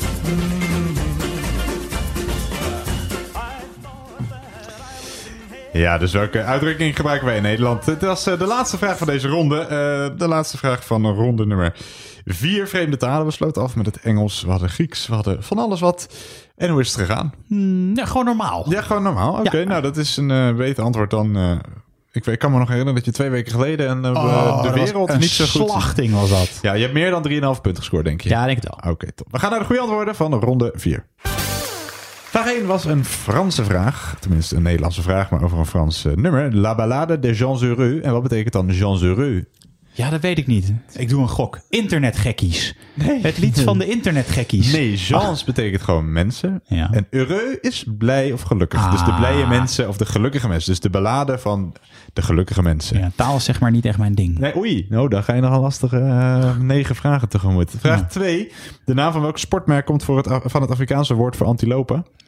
Ja, dus welke uitdrukking gebruiken wij in Nederland? Het was de laatste vraag van deze ronde. De laatste vraag van ronde nummer 4. Vreemde talen. We sloten af met het Engels. We hadden Grieks. We hadden van alles wat. En hoe is het gegaan? Ja, gewoon normaal. Ja, gewoon normaal. Oké, nou dat is een beter antwoord dan... Ik kan me nog herinneren dat je 2 weken geleden de wereld niet zo goed... Een slachting was dat. Ja, je hebt meer dan 3,5 punten gescoord, denk je? Ja, denk ik wel. Oké, top. We gaan naar de goede antwoorden van ronde 4. Vraag 1 was een Franse vraag. Tenminste, een Nederlandse vraag, maar over een Frans nummer. La Ballade des Gens Heureux. En wat betekent dan Gens Heureux? Ja, dat weet ik niet. Ik doe een gok. Internetgekkies. Nee. Het lied van de internetgekkies. Nee, gens betekent gewoon mensen. Ja. En heureux is blij of gelukkig. Dus de blije mensen of de gelukkige mensen. Dus de ballade van de gelukkige mensen. Ja, taal is zeg maar niet echt mijn ding. Nee, oei. Nou, dan ga je nogal lastige 9 vragen tegemoet. Vraag 2. De naam van welk sportmerk komt van het Afrikaanse woord voor antilopen?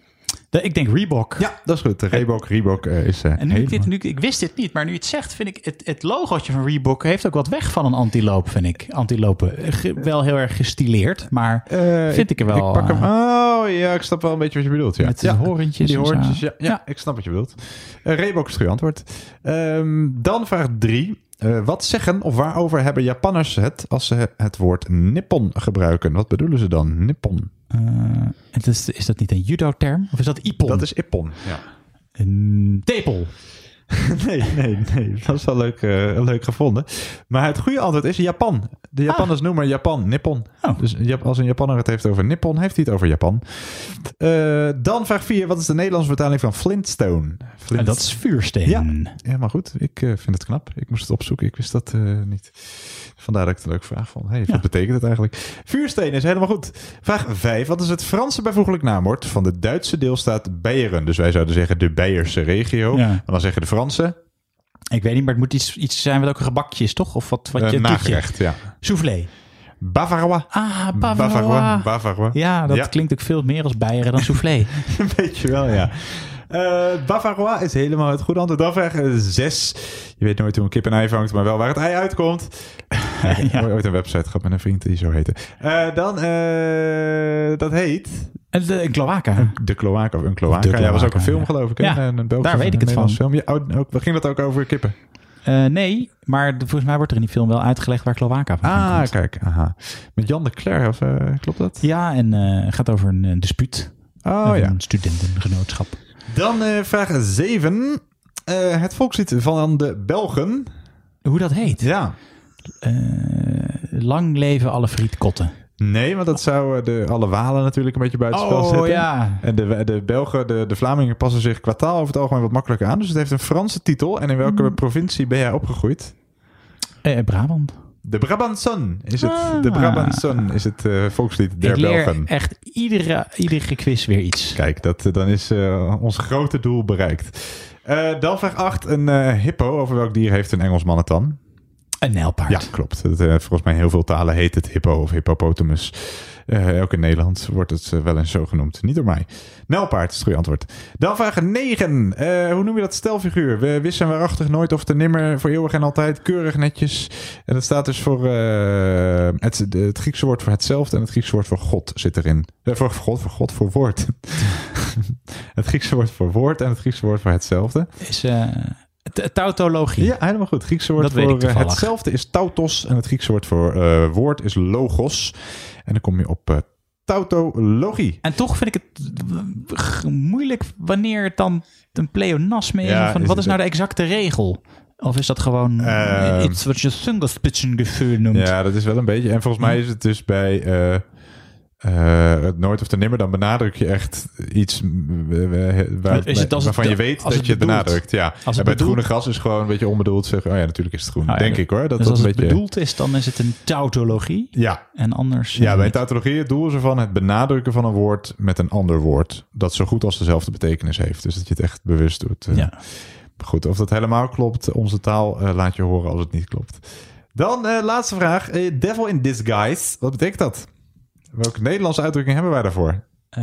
Ik denk Reebok. Ja, dat is goed. Reebok is en ik wist dit niet, maar nu je het zegt, vind ik het logootje van Reebok heeft ook wat weg van een antiloop, vind ik. Antilopen. Wel heel erg gestileerd, maar vind ik er wel... Ik pak hem. Oh ja, ik snap wel een beetje wat je bedoelt. Ja. Met die horentjes. Die horentjes, ja, ik snap wat je bedoelt. Reebok is het goede antwoord. Dan vraag 3. Wat zeggen of waarover hebben Japanners het als ze het woord nippon gebruiken? Wat bedoelen ze dan? Nippon. Is dat niet een judo-term? Of is dat ippon? Dat is ippon, ja. Een tepel. Nee. Dat is wel leuk gevonden. Maar het goede antwoord is Japan. De Japanners noemen Japan Nippon. Oh. Dus als een Japanner het heeft over Nippon, heeft hij het over Japan. Dan vraag 4. Wat is de Nederlandse vertaling van Flintstone? Dat is vuursteen. Ja, maar goed. Ik vind het knap. Ik moest het opzoeken. Ik wist dat niet. Vandaar dat ik het een leuke vraag vond. Wat betekent het eigenlijk? Vuursteen is helemaal goed. Vraag 5. Wat is het Franse bijvoeglijk naamwoord van de Duitse deelstaat Beieren? Dus wij zouden zeggen de Beierse regio. Ja. Maar dan zeggen de Fransen... Ik weet niet, maar het moet iets zijn wat ook gebakjes, toch? Of wat je nagerecht, ja. Soufflé. Bavarois. Ah, Bavarois. Bavarois. Ja, dat klinkt ook veel meer als Beieren dan soufflé. Een beetje wel, ja. Bavarois is helemaal het goede antwoord. Dan vraag 6. Je weet nooit hoe een kip een ei vangt, maar wel waar het ei uitkomt. Ik heb ooit een website gehad met een vriend die zo heette. Dat heet... Een cloaca. De cloaca of een cloaca. Ja, was ook een film, geloof ik. Ja, een daar weet ik het van. Film. Ja, ging dat ook over kippen? Nee, maar volgens mij wordt er in die film wel uitgelegd waar cloaca van komt. Kijk. Aha. Met Jan de Cler, of klopt dat? Ja, en het gaat over een dispuut. Een studentengenootschap. Dan vraag 7. Het volkslied van de Belgen. Hoe dat heet? Ja. Lang leven alle frietkotten. Nee, want dat zou alle Walen natuurlijk een beetje buitenspel zetten. Ja. En de Belgen, de Vlamingen passen zich qua taal over het algemeen wat makkelijker aan. Dus het heeft een Franse titel. En in welke provincie ben jij opgegroeid? Brabant. De Brabantson is het. De Brabantson is het volkslied der Belgen. Ik leer echt iedere quiz weer iets. Kijk, dan is ons grote doel bereikt. Dan vraag 8. Een hippo. Over welk dier heeft een Engelsman het dan? Een nijlpaard. Ja, klopt. Volgens mij in heel veel talen heet het hippo of hippopotamus. Ook in Nederland wordt het wel eens zo genoemd. Niet door mij. Nijlpaard is het goede antwoord. Dan vraag 9. Hoe noem je dat stelfiguur? We wissen waarachtig nooit of te nimmer, voor eeuwig en altijd, keurig netjes. En dat staat dus voor het Griekse woord voor hetzelfde en het Griekse woord voor God zit erin. Voor woord. Het Griekse woord voor woord en het Griekse woord voor hetzelfde. Is... Tautologie. Ja, helemaal goed. Het Griekse woord voor hetzelfde is tautos. En het Griekse woord voor woord is logos. En dan kom je op tautologie. En toch vind ik het moeilijk wanneer het dan een pleonasme is. Wat is nou de exacte regel? Of is dat gewoon iets wat je Zungerspitzengefühl noemt? Ja, dat is wel een beetje. En volgens mij is het dus bij... het nooit of te nimmer, dan benadruk je echt iets waarvan je weet dat je het benadrukt. Ja. En bij het groene gras is gewoon een beetje onbedoeld zeggen, oh ja, natuurlijk is het groen. Denk ik hoor. Dus als het bedoeld is, dan is het een tautologie. Ja. En anders... Ja, bij tautologie het doel is ervan het benadrukken van een woord met een ander woord. Dat zo goed als dezelfde betekenis heeft. Dus dat je het echt bewust doet. Ja. Goed, of dat helemaal klopt, onze taal laat je horen als het niet klopt. Dan laatste vraag. Devil in disguise. Wat betekent dat? Welke Nederlandse uitdrukking hebben wij daarvoor?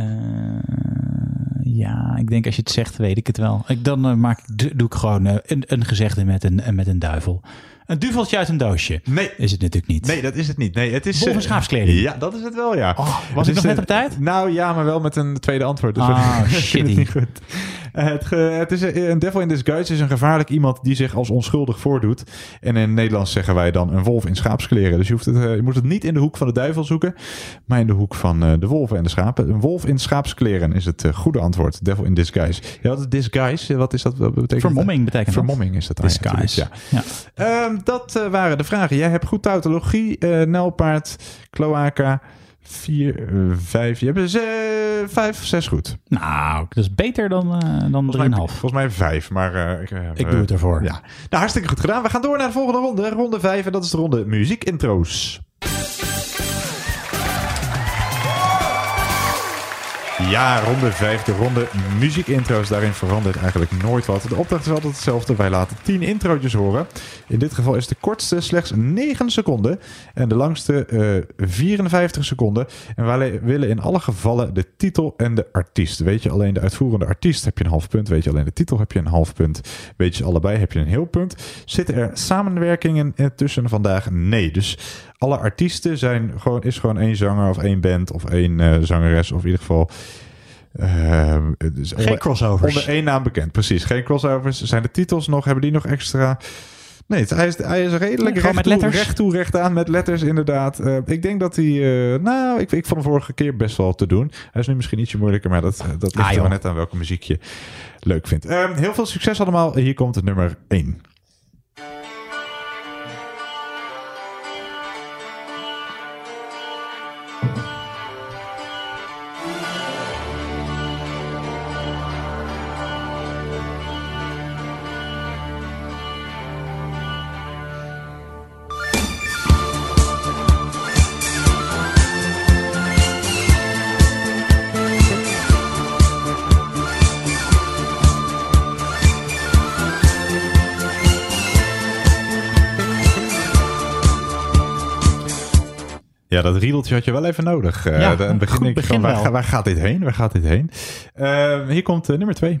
Ja, ik denk als je het zegt, weet ik het wel. Dan doe ik gewoon een gezegde met een duivel. Een duveltje uit een doosje. Nee. Is het natuurlijk niet. Nee, dat is het niet. Nee, het is... Wolf en schaapskleding. Ja, dat is het wel, ja. Oh, was ik nog net op tijd? Nou ja, maar wel met een tweede antwoord. Dus shitty. Niet goed. Het is een devil in disguise is een gevaarlijk iemand die zich als onschuldig voordoet. En in het Nederlands zeggen wij dan een wolf in schaapskleren. Dus je moet het niet in de hoek van de duivel zoeken, maar in de hoek van de wolven en de schapen. Een wolf in schaapskleren is het goede antwoord. Devil in disguise. Ja, wat is disguise? Wat is dat? Wat betekent vermomming dat? Betekent vermomming is dat disguise. Ja. Dat waren de vragen. Jij hebt goed tautologie, nijlpaard, cloaca, 4, 5. Je hebt 5 of 6 goed. Nou, dat is beter dan 3,5. Volgens mij 5, maar ik doe het ervoor. Ja. Nou, hartstikke goed gedaan. We gaan door naar de volgende ronde. Ronde 5 en dat is de ronde muziekintro's. Ja, ronde 5, de ronde muziekintro's. Daarin verandert eigenlijk nooit wat. De opdracht is altijd hetzelfde. Wij laten 10 introotjes horen. In dit geval is de kortste slechts 9 seconden. En de langste 54 seconden. En wij willen in alle gevallen de titel en de artiest. Weet je alleen de uitvoerende artiest, heb je een half punt. Weet je alleen de titel, heb je een half punt. Weet je ze allebei, heb je een heel punt. Zitten er samenwerkingen tussen vandaag? Nee. Dus alle artiesten is gewoon één zanger of één band of één zangeres. Of in ieder geval geen crossovers. Onder één naam bekend, precies. Geen crossovers. Zijn de titels nog? Hebben die nog extra? Nee, hij is redelijk recht toe, recht aan met letters inderdaad. Ik denk dat hij... ik vond hem vorige keer best wel te doen. Hij is nu misschien ietsje moeilijker, maar dat ligt er maar net aan welke muziek je leuk vindt. Heel veel succes allemaal. Hier komt het nummer 1. Ja, dat riedeltje had je wel even nodig. Dan begin ik van, waar gaat dit heen? Waar gaat dit heen? Hier komt nummer 2.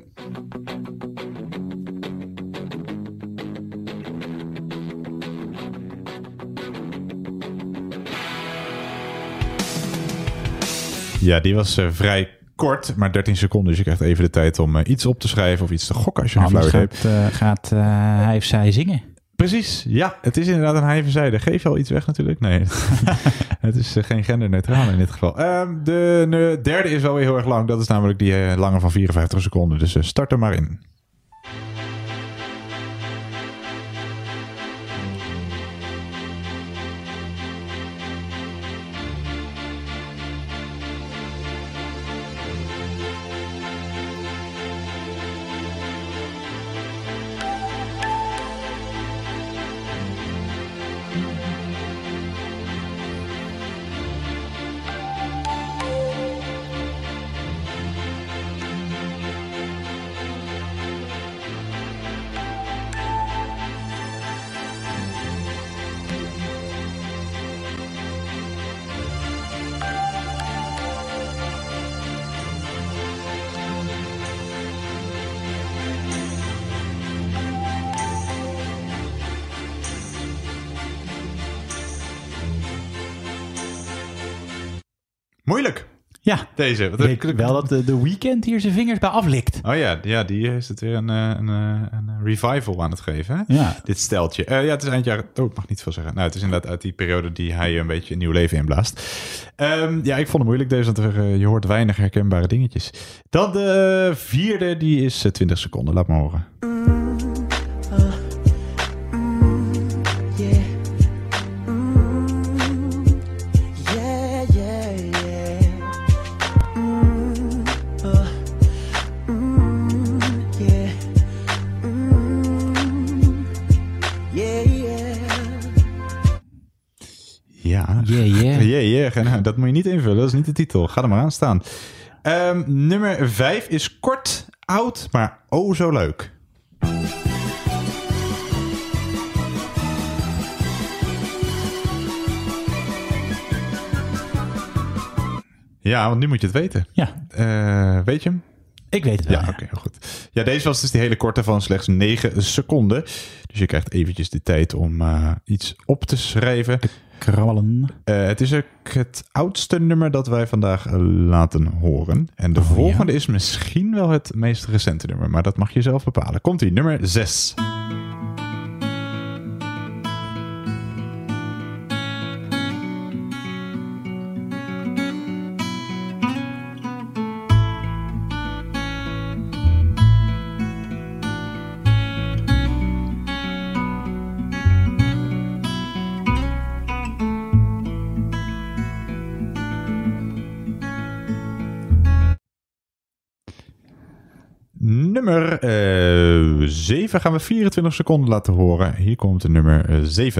Ja, die was vrij kort, maar 13 seconden. Dus je krijgt even de tijd om iets op te schrijven of iets te gokken als je een flauw hebt. Gaat hij of zij zingen? Precies, ja. Het is inderdaad een hij of zij. Geef je al iets weg natuurlijk? Nee, het is geen genderneutraal in dit geval. De derde is wel weer heel erg lang. Dat is namelijk die lange van 54 seconden. Dus start er maar in. Moeilijk. Ja, deze. Ik weet wel dat de Weeknd hier zijn vingers bij aflikt. Oh ja, die is het weer een revival aan het geven. Hè? Ja. Dit steltje. Het is eind jaren... Oh, ik mag niet veel zeggen. Nou, het is inderdaad uit die periode die hij een beetje een nieuw leven inblaast. Ik vond het moeilijk deze, want je hoort weinig herkenbare dingetjes. Dan de vierde, die is 20 seconden. Laat maar horen. Nou, dat moet je niet invullen, dat is niet de titel. Ga er maar aan staan. Nummer 5 is kort, oud, maar oh zo leuk. Ja, want nu moet je het weten. Ja. Weet je hem? Ik weet het wel. Ja, oké, goed. Ja, deze was dus die hele korte van slechts 9 seconden. Dus je krijgt eventjes de tijd om iets op te schrijven. Krabbelen. Het is ook het oudste nummer dat wij vandaag laten horen. En de volgende is misschien wel het meest recente nummer. Maar dat mag je zelf bepalen. Komt-ie, nummer 6. Nummer 7 gaan we 24 seconden laten horen. Hier komt de nummer 7.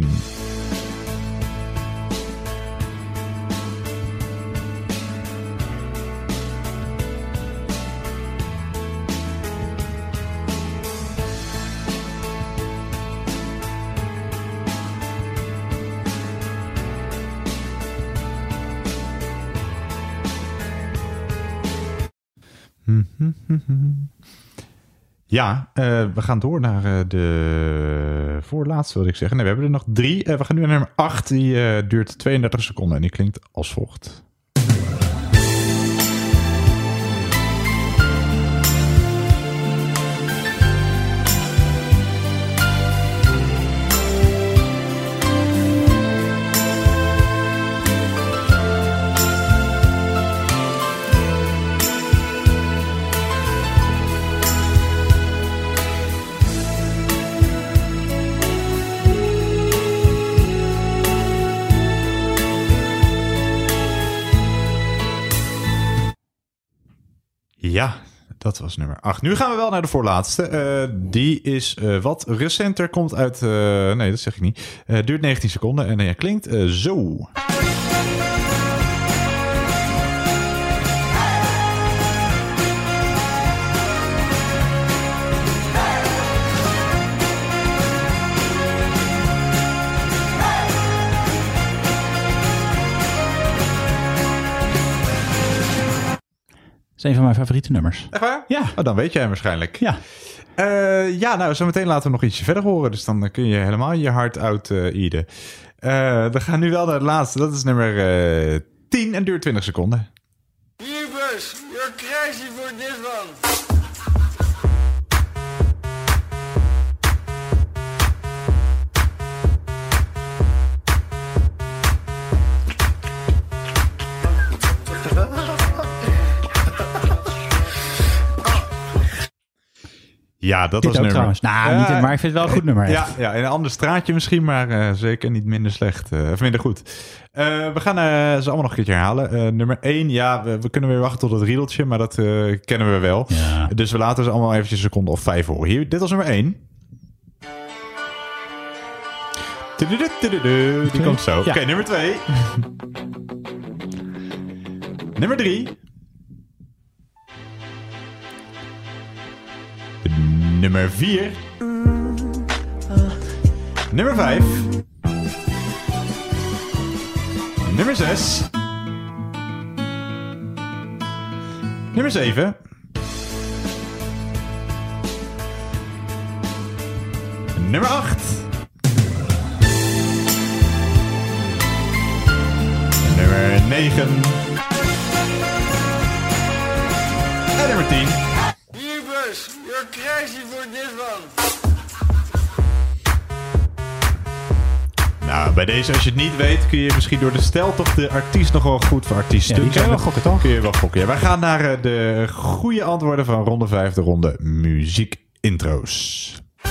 Ja, we gaan door naar de voorlaatste, wil ik zeggen. Nee, we hebben er nog 3. We gaan nu naar nummer 8. Die duurt 32 seconden en die klinkt als volgt. Ja, dat was nummer 8. Nu gaan we wel naar de voorlaatste. Die is wat recenter, komt uit... nee, dat zeg ik niet. Duurt 19 seconden en klinkt zo. Dat is een van mijn favoriete nummers. Echt waar? Ja. Oh, dan weet jij hem waarschijnlijk. Ja. Nou, zo meteen laten we nog ietsje verder horen. Dus dan kun je helemaal je hart uit-iden. We gaan nu wel naar het laatste. Dat is nummer 10 en duurt 20 seconden. Jeepers, you're crazy for this one. Ja, dat Dit was ook nummer. Trouwens. Nou, niet, maar ik vind het wel een goed nummer. Ja, in een ander straatje misschien, maar zeker niet minder slecht. Of minder goed. We gaan ze allemaal nog een keertje herhalen. Nummer 1, ja, we kunnen weer wachten tot het riedeltje, maar dat kennen we wel. Ja. Dus we laten ze allemaal eventjes een seconde of 5 horen. Hier, dit was nummer 1. Die komt zo. Ja. Oké, nummer 2. Nummer 3. Nummer 4. Nummer 5. Nummer 6. Nummer 7. Nummer 8. Nummer 9. En nummer 10. Jeepers, you're crazy for this one. Nou, bij deze, als je het niet weet, kun je misschien door de stijl toch de artiest nog wel goed voor artiest. Ja, die kun je wel gokken, toch? Kun je wel gokken. Ja, wij gaan naar de goede antwoorden van ronde 5, de ronde muziekintro's.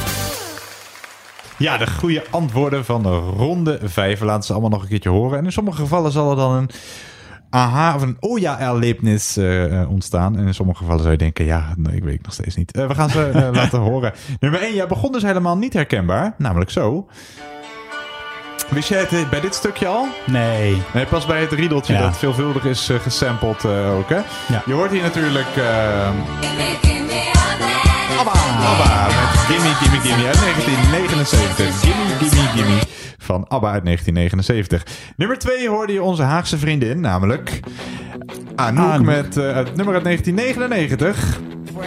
Ja, de goede antwoorden van de ronde 5. We laten ze allemaal nog een keertje horen. En in sommige gevallen zal er dan een aha of een oh-ja-erlebnis ontstaan. En in sommige gevallen zou je denken, ja, nee, ik weet het nog steeds niet. We gaan ze laten horen. Nummer 1, ja, begon dus helemaal niet herkenbaar. Namelijk zo. Wist jij het bij dit stukje al? Nee. Nee, pas bij het riedeltje dat veelvuldig is gesampled ook, hè? Ja. Je hoort hier natuurlijk... ABBA met Gimme Gimme Gimme uit 1979. Gimme Gimme Gimme van ABBA uit 1979. Nummer 2 hoorde je onze Haagse vriendin, namelijk Anouk met het nummer uit 1999.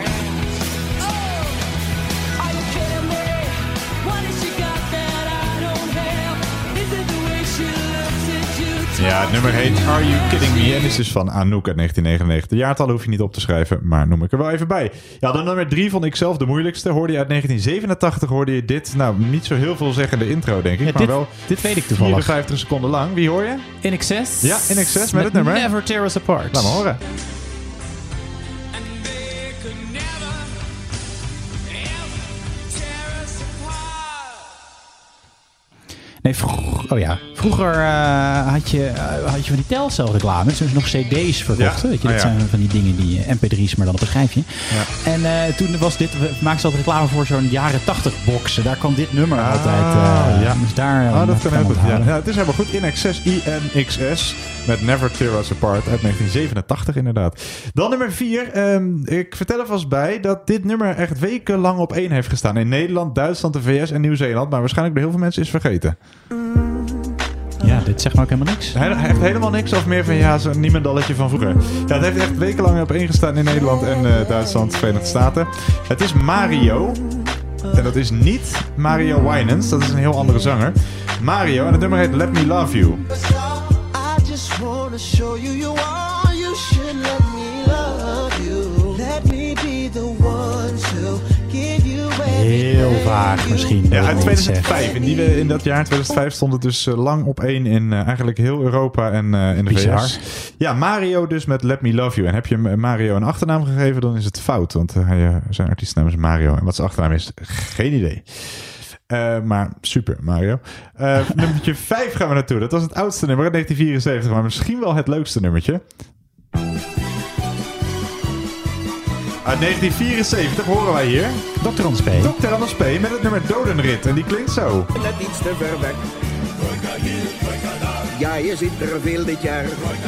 Ja, het nummer heet Are You Kidding Me? En is dus van Anouk uit 1999. De jaartallen hoef je niet op te schrijven, maar noem ik er wel even bij. Ja, de nummer 3 vond ik zelf de moeilijkste. Hoorde je uit 1987, hoorde je dit. Nou, niet zo heel veel zeggende intro, denk ik. Ja, maar wel dit weet ik toevallig. 54 seconden lang. Wie hoor je? In Excess. Ja, In Excess met het nummer. Never Tear Us Apart. Laat me horen. Nee, vroeger had je van die Telcel-reclame. Toen ze nog cd's verkochten. Weet je, dat zijn van die dingen, die mp3's, maar dan op een schijfje. Ja. En toen was dit, maakten ze altijd reclame voor zo'n jaren 80 box. Daar kwam dit nummer altijd. Dus daar dat kan heel goed. Ja, het is helemaal goed. In Excess, INXS met Never Tear Us Apart uit 1987 inderdaad. Dan nummer 4. Ik vertel er vast bij dat dit nummer echt wekenlang op 1 heeft gestaan. In Nederland, Duitsland, de VS en Nieuw-Zeeland. Maar waarschijnlijk door heel veel mensen is vergeten. Ja, dit zegt me ook helemaal niks. Hij heeft helemaal niks of meer van zo'n niemendalletje van vroeger. Ja, het heeft echt wekenlang op één gestaan in Nederland en Duitsland, Verenigde Staten. Het is Mario. En dat is niet Mario Winans. Dat is een heel andere zanger. Mario. En het nummer heet Let Me Love You. I just wanna show you you are. You should let me love you. Let me be the one to give you Heel vaag misschien. Ja, uit 2005. In dat jaar, 2005, stond het dus lang op één in eigenlijk heel Europa en in de Bizar. VS. Ja, Mario dus met Let Me Love You. En heb je Mario een achternaam gegeven, dan is het fout. Want zijn artiestennaam is Mario. En wat zijn achternaam is, geen idee. Maar super, Mario. Nummertje 5 gaan we naartoe. Dat was het oudste nummer uit 1974. Maar misschien wel het leukste nummertje. Uit 1974 horen wij hier Dr. Anders P. Dr. Anders P. met het nummer Dodenrit. En die klinkt zo. Net iets te ver weg. Ja, je ziet er veel dit jaar.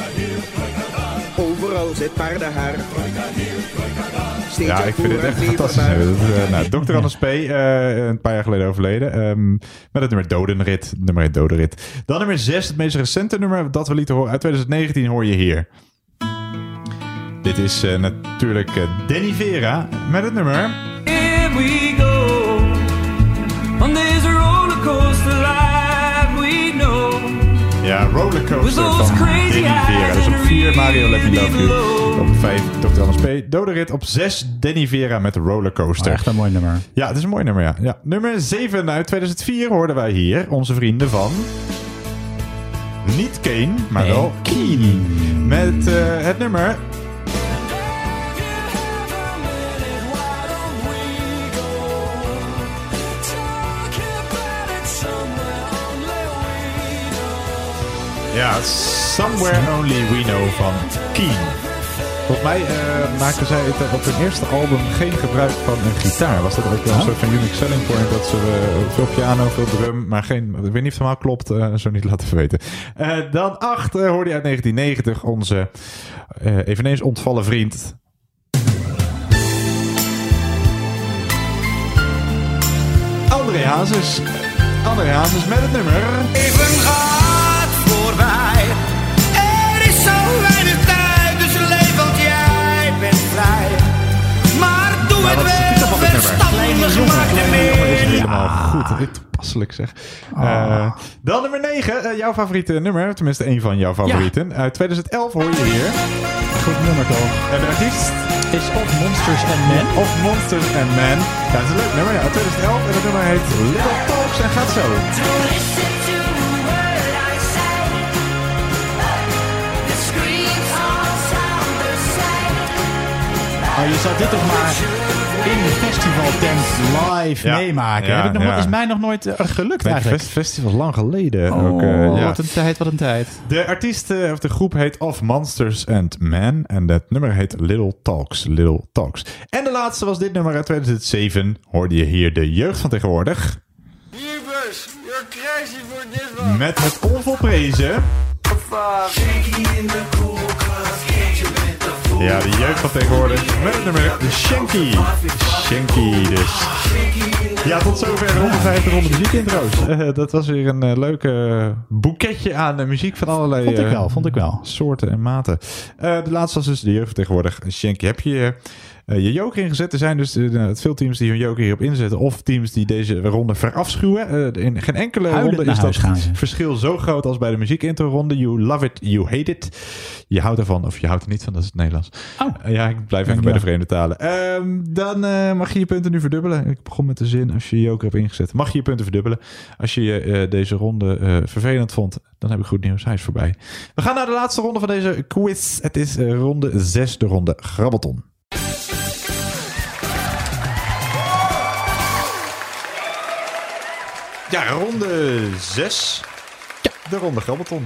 Overal zit paardenhaar. Ja, ik vind het echt fantastisch. Dr. Anders P. Een paar jaar geleden overleden. Met het nummer Dodenrit. Het nummer heet Dodenrit. Dan nummer 6, het meest recente nummer dat we lieten horen. Uit 2019 hoor je hier. Dit is natuurlijk Danny Vera met het nummer... Here we go on this rollercoaster life we know. Ja, Rollercoaster van Danny Vera. Dus op 4 Mario Let Me Love You. Op 5 Dr. Anders P. Dodenrit. Op 6 Danny Vera met Rollercoaster. Oh, echt een mooi nummer. Ja, het is een mooi nummer, ja. Nummer 7 uit 2004 hoorden wij hier. Onze vrienden van... Niet Kane, maar wel Keen. Met het nummer... Ja, Somewhere Only We Know van Keen. Volgens mij maakten zij het op hun eerste album geen gebruik van een gitaar. Was dat ook wel een soort van unique selling point? Dat ze veel piano, veel drum, maar geen... Ik weet niet of het helemaal klopt, zo niet laten weten. Dan 8 hoorde je uit 1990 onze eveneens ontvallen vriend... André Hazes. André Hazes met het nummer... Even gaat voorbij. Er is zo weinig tijd, dus leef want jij bent vrij. Maar doe het wel verstandig, maak er meer. Helemaal goed. Dit toepasselijk zeg. Dan nummer 9. Jouw favoriete nummer. Tenminste, één van jouw favorieten. Uit 2011 hoor je hier. Goed nummer toch? En de artiest is Of Monsters and Men. Of Monsters and Men. Ja, het is een leuk nummer. Ja, uit 2011. En het nummer heet Little Talks en gaat zo. Oh, je zou dit toch maar in de festivaltent live meemaken. Heb ik nog, is mij nog nooit gelukt eigenlijk. Festival lang geleden. Oh, ook, wat een tijd, wat een tijd. De artiest of de groep heet Of Monsters and Men. En dat nummer heet Little Talks. Little Talks. En de laatste was dit nummer uit 2007. Hoorde je hier de jeugd van tegenwoordig. Jeepers, you're crazy for this one. Met het onvolprezen... Ja, de jeugd van tegenwoordig met het nummer Shanky. Shanky dus. Ja, tot zover rond de 50 ronde muziekintro's. Dat was weer een leuke boeketje aan muziek van allerlei vond ik wel. Soorten en maten. De laatste was dus de jeugd van tegenwoordig Shanky. Heb je je joker ingezet? Er zijn dus veel teams die hun joker hierop inzetten. Of teams die deze ronde verafschuwen. In geen enkele ronde is dat verschil zo groot als bij de muziekintro-ronde. You love it, you hate it. Je houdt ervan of je houdt er niet van. Dat is het Nederlands. Ja, ik blijf even bij de vreemde talen. Dan mag je je punten nu verdubbelen. Ik begon met de zin, als je je joker hebt ingezet, mag je je punten verdubbelen. Als je deze ronde vervelend vond, dan heb ik goed nieuws. Hij is voorbij. We gaan naar de laatste ronde van deze quiz. Het is ronde 6, de ronde Grabbelton. Ja, ronde 6. Ja, de ronde Grabbelton.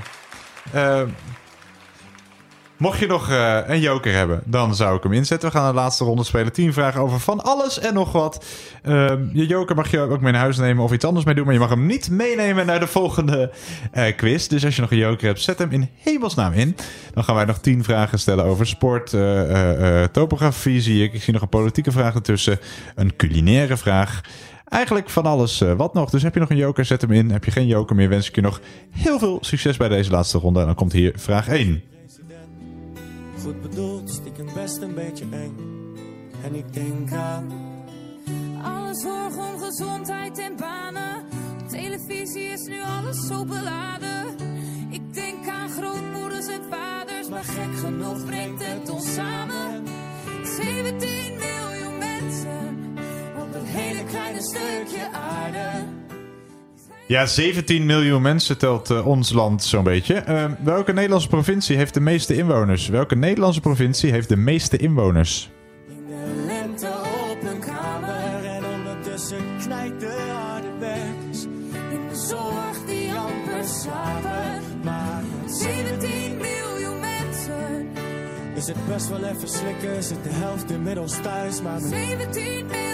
Mocht je nog een joker hebben, dan zou ik hem inzetten. We gaan de laatste ronde spelen. 10 vragen over van alles en nog wat. Je joker mag je ook mee naar huis nemen of iets anders mee doen. Maar je mag hem niet meenemen naar de volgende quiz. Dus als je nog een joker hebt, zet hem in hemelsnaam in. Dan gaan wij nog 10 vragen stellen over sport, topografie zie ik. Ik zie nog een politieke vraag ertussen. Een culinaire vraag. Eigenlijk van alles wat nog. Dus heb je nog een joker, zet hem in. Heb je geen joker meer, wens ik je nog heel veel succes bij deze laatste ronde. En dan komt hier vraag 1. Goed bedoeld, stiekem best een beetje eng. En ik denk aan alle zorg om gezondheid en banen. Televisie is nu alles zo beladen. Ik denk aan grootmoeders en vaders, maar gek genoeg brengt het ons samen. 17 miljoen mensen op een hele kleine stukje aarde. Ja, 17 miljoen mensen telt ons land zo'n beetje. Welke Nederlandse provincie heeft de meeste inwoners? Welke Nederlandse provincie heeft de meeste inwoners? in de lente op een kamer. En ondertussen knijpt de harde werkers in de zorg die amper slapen. Maar 17 miljoen mensen. is het best wel even slikken, zit de helft inmiddels thuis. Maar 17 miljoen mensen.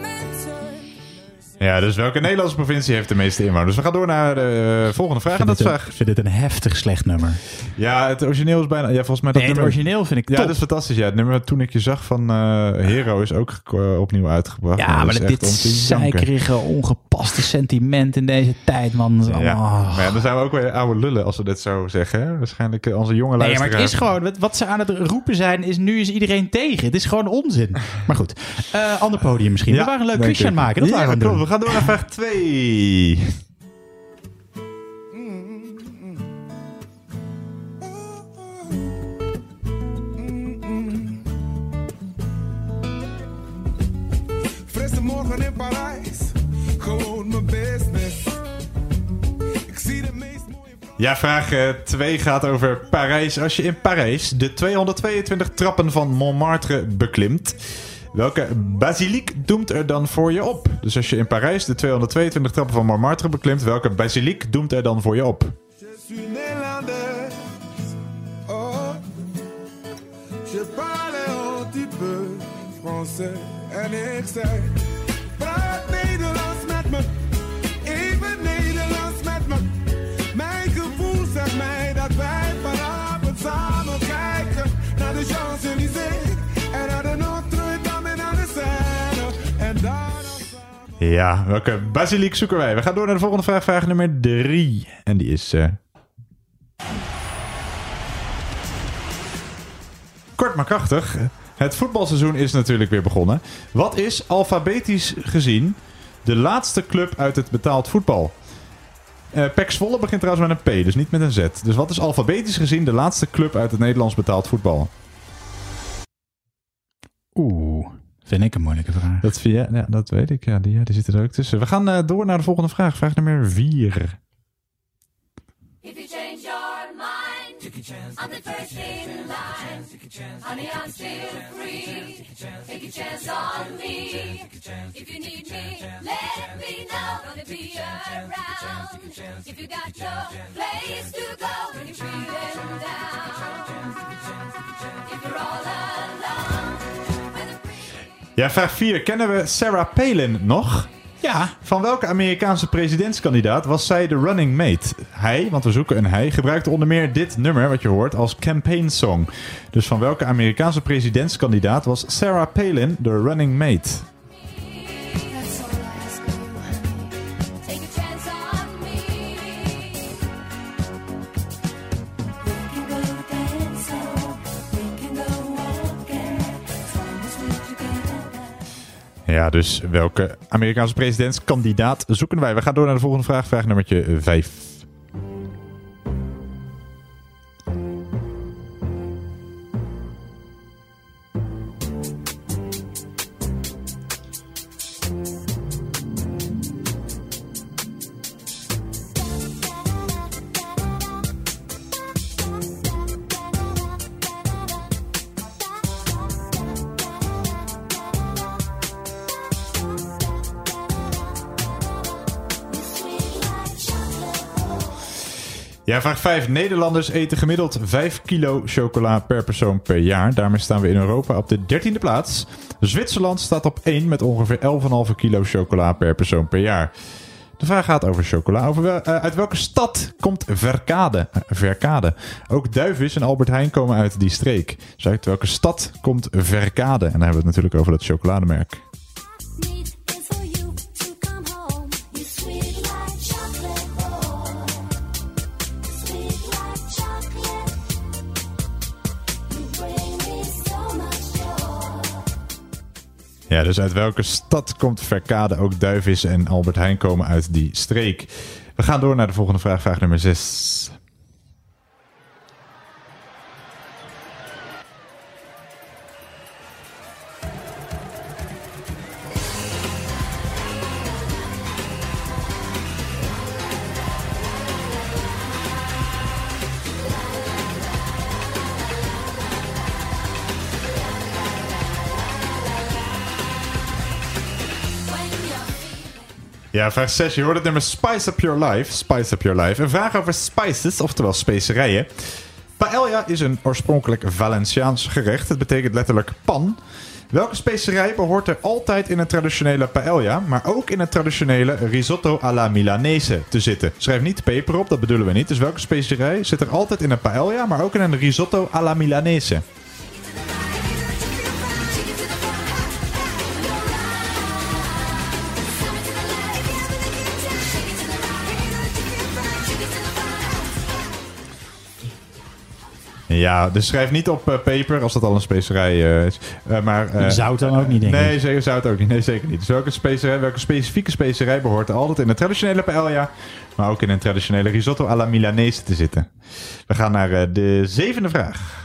Ja, dus welke Nederlandse provincie heeft de meeste inwoners? We gaan door naar de volgende vraag. En dat is vraag... Ik vind dit een heftig slecht nummer. Ja, het origineel is bijna... Ja, volgens mij dat Nee, het nummer... origineel vind ik Ja, top. dat is fantastisch. Ja, het nummer Toen ik je zag van Hero is ook opnieuw uitgebracht. Ja, dat maar is dit echt om te janken. zeikerige, ongepaste sentiment in deze tijd, man. Dat is Ja, allemaal- maar ja, dan zijn we ook weer oude lullen als we dit zo zeggen. Hè? Waarschijnlijk onze jonge Nee, luisteraars. maar het is gewoon, wat ze aan het roepen zijn, nu is iedereen tegen. Het is gewoon onzin. Maar goed, ander podium misschien. We waren een leuk denk quizje aan ik. het maken. Dat Ja, waren we aan het klopt. doen. We gaan door naar vraag 2. Frisse morgen in Parijs, gewoon mijn business. Ik zie de meest mooie... Ja, vraag 2 gaat over Parijs. Als je in Parijs de 222 trappen van Montmartre beklimt, welke basiliek doemt er dan voor je op? Dus als je in Parijs de 222 trappen van Montmartre beklimt, welke basiliek doemt er dan voor je op? Je suis néerlandaise, oh. Je parle un petit peu français. En ik zeg, praat Nederlands met me, even Nederlands met me. Mijn gevoel zegt mij dat wij vanavond samen kijken naar de Champs-Élysées en naar de Notre-Dame en naar de Seine. En daar... Ja, welke basiliek zoeken wij? We gaan door naar de volgende vraag, vraag nummer 3. En die is... kort maar krachtig. Het voetbalseizoen is natuurlijk weer begonnen. Wat is alfabetisch gezien de laatste club uit het betaald voetbal? PEC Zwolle begint trouwens met een P, dus niet met een Z. Dus wat is alfabetisch gezien de laatste club uit het Nederlands betaald voetbal? Oeh, vind ik een moeilijke vraag. Dat, ja, dat weet ik. Ja, die zitten er ook tussen. We gaan door naar de volgende vraag. Vraag nummer 4. If you change your mind, I'm the first in line. Honey, I'm still free. Take a chance on me. If you need me, let me know. Gonna be around. If you got no place to go when you're feeling down. If you're all alone. Ja, vraag 4. Kennen we Sarah Palin nog? Ja. Van welke Amerikaanse presidentskandidaat was zij de running mate? Hij, want we zoeken een hij, gebruikte onder meer dit nummer, wat je hoort, als campaign song. Dus van welke Amerikaanse presidentskandidaat was Sarah Palin de running mate? Ja, dus welke Amerikaanse presidentskandidaat zoeken wij? We gaan door naar de volgende vraag. Vraag nummertje 5. Ja, vraag 5. Nederlanders eten gemiddeld 5 kilo chocola per persoon per jaar. Daarmee staan we in Europa op de 13e plaats. Zwitserland staat op 1 met ongeveer 11,5 kilo chocola per persoon per jaar. De vraag gaat over chocola. Uit welke stad komt Verkade? Ook Duivis en Albert Heijn komen uit die streek. Dus uit welke stad komt Verkade? En dan hebben we het natuurlijk over dat chocolademerk. Need is for you to come. Ja, dus uit welke stad komt Verkade? Ook Duivis en Albert Heijn komen uit die streek. We gaan door naar de volgende vraag, vraag nummer 6. Ja, vraag 6. Je hoort het nummer Spice Up Your Life. Spice Up Your Life. Een vraag over spices, oftewel specerijen. Paella is een oorspronkelijk Valenciaans gerecht. Het betekent letterlijk pan. Welke specerij behoort er altijd in een traditionele paella, maar ook in een traditionele risotto alla Milanese te zitten? Schrijf niet peper op, dat bedoelen we niet. Dus welke specerij zit er altijd in een paella, maar ook in een risotto alla Milanese? Ja, dus schrijf niet op peper als dat al een specerij is. Maar zout dan ook niet, denk ik. Nee, zout ook niet. Nee, zeker niet. Dus welke specifieke specerij behoort er altijd in een traditionele paella, maar ook in een traditionele risotto alla Milanese te zitten? We gaan naar de 7e vraag.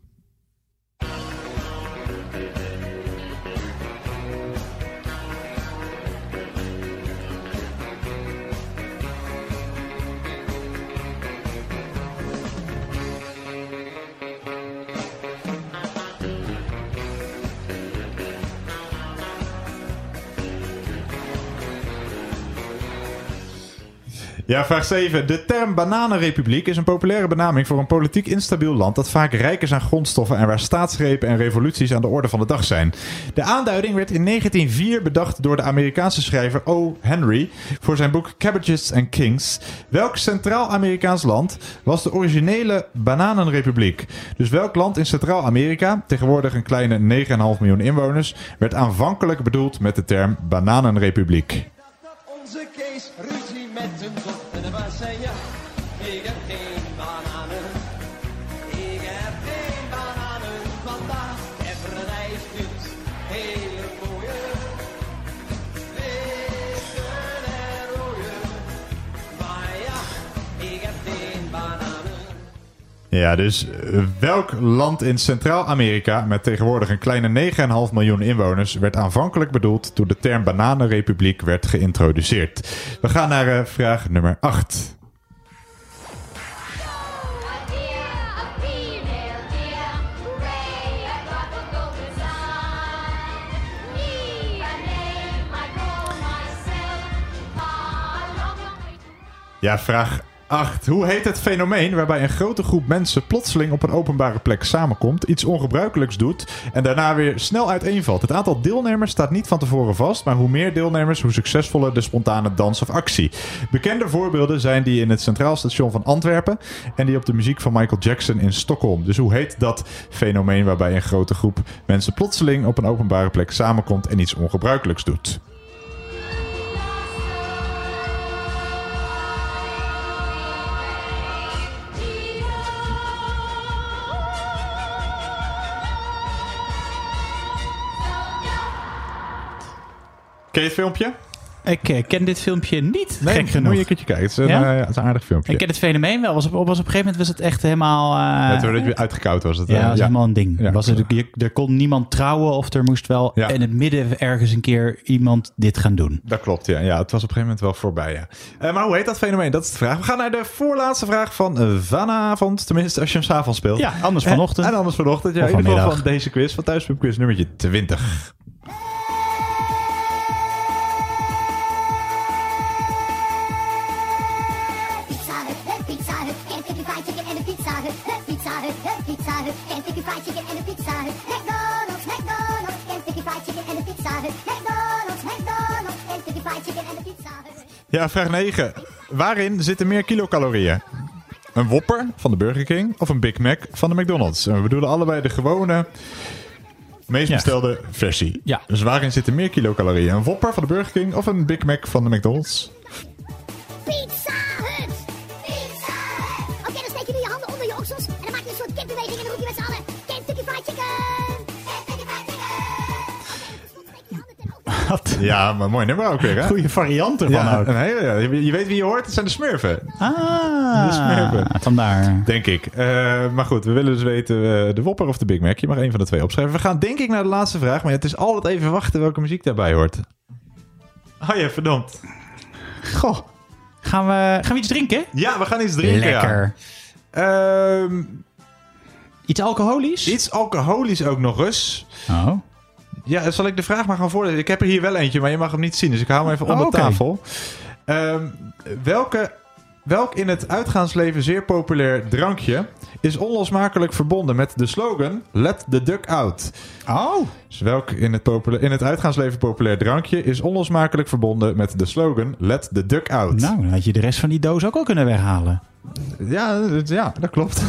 Ja, vraag 7. De term bananenrepubliek is een populaire benaming voor een politiek instabiel land dat vaak rijk is aan grondstoffen en waar staatsgrepen en revoluties aan de orde van de dag zijn. De aanduiding werd in 1904 bedacht door de Amerikaanse schrijver O. Henry voor zijn boek Cabbages and Kings. Welk Centraal-Amerikaans land was de originele bananenrepubliek? Dus welk land in Centraal-Amerika, tegenwoordig een kleine 9,5 miljoen inwoners, werd aanvankelijk bedoeld met de term bananenrepubliek? Onze Kees ruzie met een kop en waar zei je? Ik heb geen bananen. Ik heb geen bananen vandaag. Even een ijsje, hele mooie. Witte en rode. Maar ja, ik heb geen bananen. Ja, dus welk land in Centraal-Amerika met tegenwoordig een kleine 9,5 miljoen inwoners werd aanvankelijk bedoeld toen de term bananenrepubliek werd geïntroduceerd? We gaan naar vraag nummer 8. Ja, vraag 8. Hoe heet het fenomeen waarbij een grote groep mensen plotseling op een openbare plek samenkomt, iets ongebruikelijks doet en daarna weer snel uiteenvalt? Het aantal deelnemers staat niet van tevoren vast, maar hoe meer deelnemers, hoe succesvoller de spontane dans of actie. Bekende voorbeelden zijn die in het Centraal Station van Antwerpen en die op de muziek van Michael Jackson in Stockholm. Dus hoe heet dat fenomeen waarbij een grote groep mensen plotseling op een openbare plek samenkomt en iets ongebruikelijks doet? Ken je het filmpje? Ik ken dit filmpje niet, Nee, gek genoeg. moet je een keertje kijken. Het is het is een aardig filmpje. Ik ken het fenomeen wel. Op een gegeven moment was het echt helemaal... Toen het weer uitgekoud was. Het, dat was helemaal een ding. Ja. Er kon niemand trouwen of er moest wel in het midden ergens een keer iemand dit gaan doen. Dat klopt, ja. Ja, het was op een gegeven moment wel voorbij, ja. Maar hoe heet dat fenomeen? Dat is de vraag. We gaan naar de voorlaatste vraag van vanavond. Tenminste, als je hem 's avonds speelt. Ja, anders vanochtend. En anders vanochtend. Ja, Of in ieder geval vanmiddag. van deze quiz. Van Thuispub Quiz nummertje 20. Pizza Hut, Kentucky Fried Chicken en de Pizza Hut. Pizza Hut, Kentucky Fried Chicken en de Pizza Hut. McDonald's, Kentucky Fried Chicken en de Pizza Hut. McDonald's, Kentucky Fried Chicken en de Pizza Hut. Ja, vraag 9. Waarin zitten meer kilocalorieën? Een Whopper van de Burger King of een Big Mac van de McDonald's? En we bedoelen allebei de gewone, meest bestelde versie. Ja. Dus waarin zitten meer kilocalorieën? Een Whopper van de Burger King of een Big Mac van de McDonald's? Pizza Hut! Pizza Hut! Oké, dan steek je nu je handen onder je oksels en dan maak je een soort kipbeweging en dan roep je met z'n allen Kentucky Fried Chicken! Kentucky Fried Chicken! Ja, maar mooi nummer ook weer, hè? Goeie variant ervan ook. Je weet wie je hoort, het zijn de Smurfen. Ah, de Smurfen. Vandaar. Denk ik. Maar goed, we willen dus weten de Whopper of de Big Mac. Je mag één van de twee opschrijven. We gaan denk ik naar de laatste vraag, maar het is altijd even wachten welke muziek daarbij hoort. Oh ja, verdomd. Goh. Gaan we iets drinken? Ja, we gaan iets drinken. Lekker. Ja. Iets alcoholisch? Iets alcoholisch ook nog eens. Oh. Ja, zal ik de vraag maar gaan voorlezen? Ik heb er hier wel eentje, maar je mag hem niet zien. Dus ik hou hem even onder tafel. Welk in het uitgaansleven zeer populair drankje is onlosmakelijk verbonden met de slogan Let the duck out? Oh. Dus welk in het uitgaansleven populair drankje is onlosmakelijk verbonden met de slogan Let the duck out? Nou, dan had je de rest van die doos ook al kunnen weghalen. Ja, dat klopt.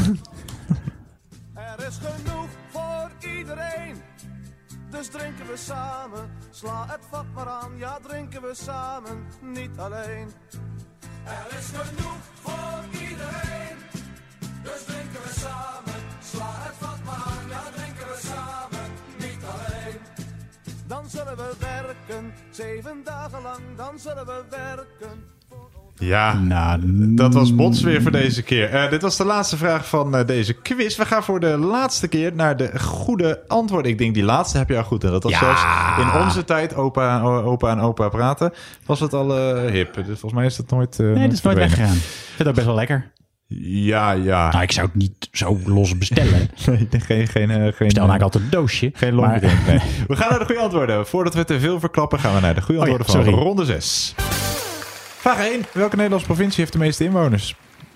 Er is genoeg voor iedereen, dus drinken we samen. Sla het vat maar aan, ja drinken we samen, niet alleen. Er is genoeg voor iedereen, dus drinken we samen. Sla het vat maar aan, ja drinken we samen, niet alleen. Dan zullen we werken, 7 dagen lang, dan zullen we werken. Ja, dat was Bots weer voor deze keer. Dit was de laatste vraag van deze quiz. We gaan voor de laatste keer naar de goede antwoord. Ik denk die laatste heb je al goed. En dat was zelfs in onze tijd, opa en opa praten, was het al hip. Dus volgens mij is dat nooit nee, dat is nooit weggegaan. Ik vind dat best wel lekker. Ja. Nou, ik zou het niet zo los bestellen. Nee, geen Stel nou altijd een doosje. Geen longbeding, nee. We gaan naar de goede antwoorden. Voordat we te veel verklappen, gaan we naar de goede antwoorden van ronde 6. Vraag 1. Welke Nederlandse provincie heeft de meeste inwoners?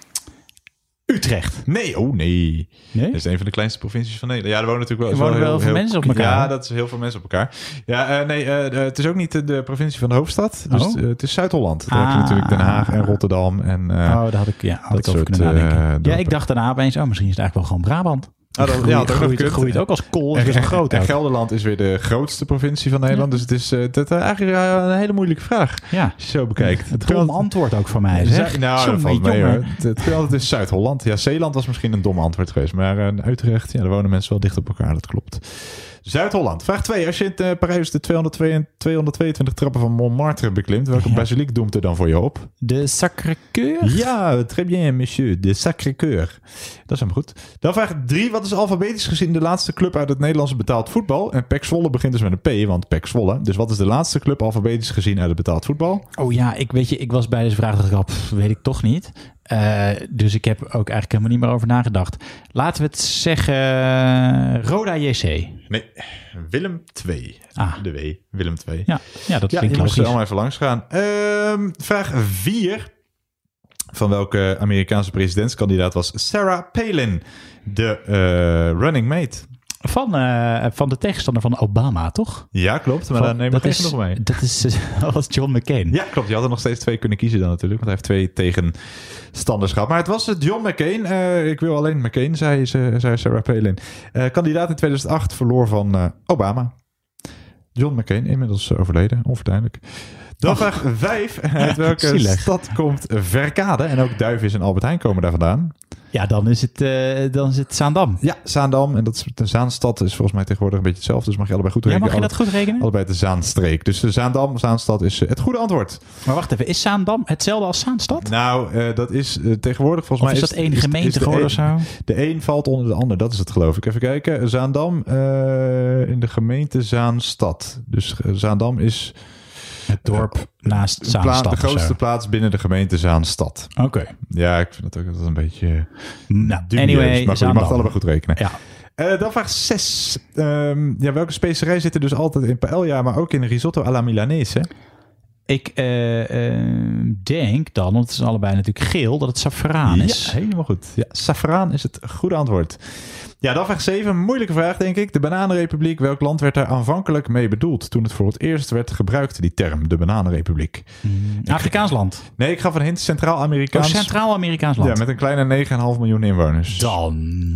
Utrecht. Nee. Oh, nee. Dat is een van de kleinste provincies van Nederland. Ja, er wonen natuurlijk wel heel veel mensen op elkaar. Ja, dat is heel veel mensen op elkaar. Ja, het is ook niet de provincie van de hoofdstad. Dus het is Zuid-Holland. Daar heb je natuurlijk Den Haag en Rotterdam. En, daar had ik over kunnen nadenken. Ik dacht daarna opeens, misschien is het eigenlijk wel gewoon Brabant. Het groeit ook als kool. En Gelderland is weer de grootste provincie van Nederland. Ja. Dus het is eigenlijk een hele moeilijke vraag. Ja. Als je zo bekijkt. Het dom antwoord ook van mij. Zeg. Dat valt mee hoor. Het is Zuid-Holland. Ja, Zeeland was misschien een dom antwoord geweest. Maar Utrecht, daar wonen mensen wel dicht op elkaar. Dat klopt. Zuid-Holland. Vraag 2. Als je in Parijs de 222 trappen van Montmartre beklimt, welke basiliek doemt er dan voor je op? De Sacré-Cœur? Ja, très bien, monsieur. De Sacré-Cœur. Dat is hem goed. Dan vraag 3. Wat is alfabetisch gezien de laatste club uit het Nederlandse betaald voetbal? En PEC Zwolle begint dus met een P, want PEC Zwolle. Dus wat is de laatste club alfabetisch gezien uit het betaald voetbal? Oh ja, ik was bij deze vraag, dacht ik weet ik toch niet. Dus ik heb ook eigenlijk helemaal niet meer over nagedacht. Laten we het zeggen Roda JC. Nee, Willem II. De W, Willem II. Ja, dat klinkt logisch. logisch. Je allemaal even langs gaan. Vraag 4. Van welke Amerikaanse presidentskandidaat was Sarah Palin de running mate? Van de tegenstander van Obama, toch? Ja, klopt. Maar dan neem ik even nog mee. Dat was John McCain. Ja, klopt. Je had er nog steeds 2 kunnen kiezen dan natuurlijk. Want hij heeft 2 tegenstanders gehad. Maar het was John McCain. Ik wil alleen McCain, zei Sarah Palin. Kandidaat in 2008 verloor van Obama. John McCain, inmiddels overleden. Onverduidelijk. Dan vraag 5. Uit welke stad komt Verkade? En ook Duivis en Albert Heijn komen daar vandaan. Ja, dan is het Zaandam. Ja, Zaandam. En de Zaanstad is volgens mij tegenwoordig een beetje hetzelfde. Dus mag je allebei goed rekenen. Ja, mag je dat goed rekenen? Allebei de Zaanstreek. Dus de Zaandam, Zaanstad is het goede antwoord. Maar wacht even, is Zaandam hetzelfde als Zaanstad? Nou, dat is tegenwoordig volgens mij... Of is dat één gemeente geworden of zo? De een valt onder de ander. Dat is het geloof ik. Even kijken. Zaandam in de gemeente Zaanstad. Dus Zaandam is... Het dorp naast Zaanstad. De grootste plaats binnen de gemeente Zaanstad. Oké. Ja, ik vind dat ook altijd een beetje dubieus. Anyway, maar goed, je mag het allebei goed rekenen. Ja. Dan vraag 6. Welke specerij zit er dus altijd in paella, maar ook in risotto alla Milanese? Ik denk dan, want het is allebei natuurlijk geel, dat het saffraan is. Ja, helemaal goed. Ja, saffraan is het goede antwoord. Ja, dan vraag 7. Moeilijke vraag, denk ik. De Bananenrepubliek. Welk land werd daar aanvankelijk mee bedoeld toen het voor het eerst werd gebruikt, die term, de Bananenrepubliek? Afrikaans land? Nee, ik ga van hint Centraal-Amerikaans. Centraal-Amerikaans land. Ja, met een kleine 9,5 miljoen inwoners. Dan...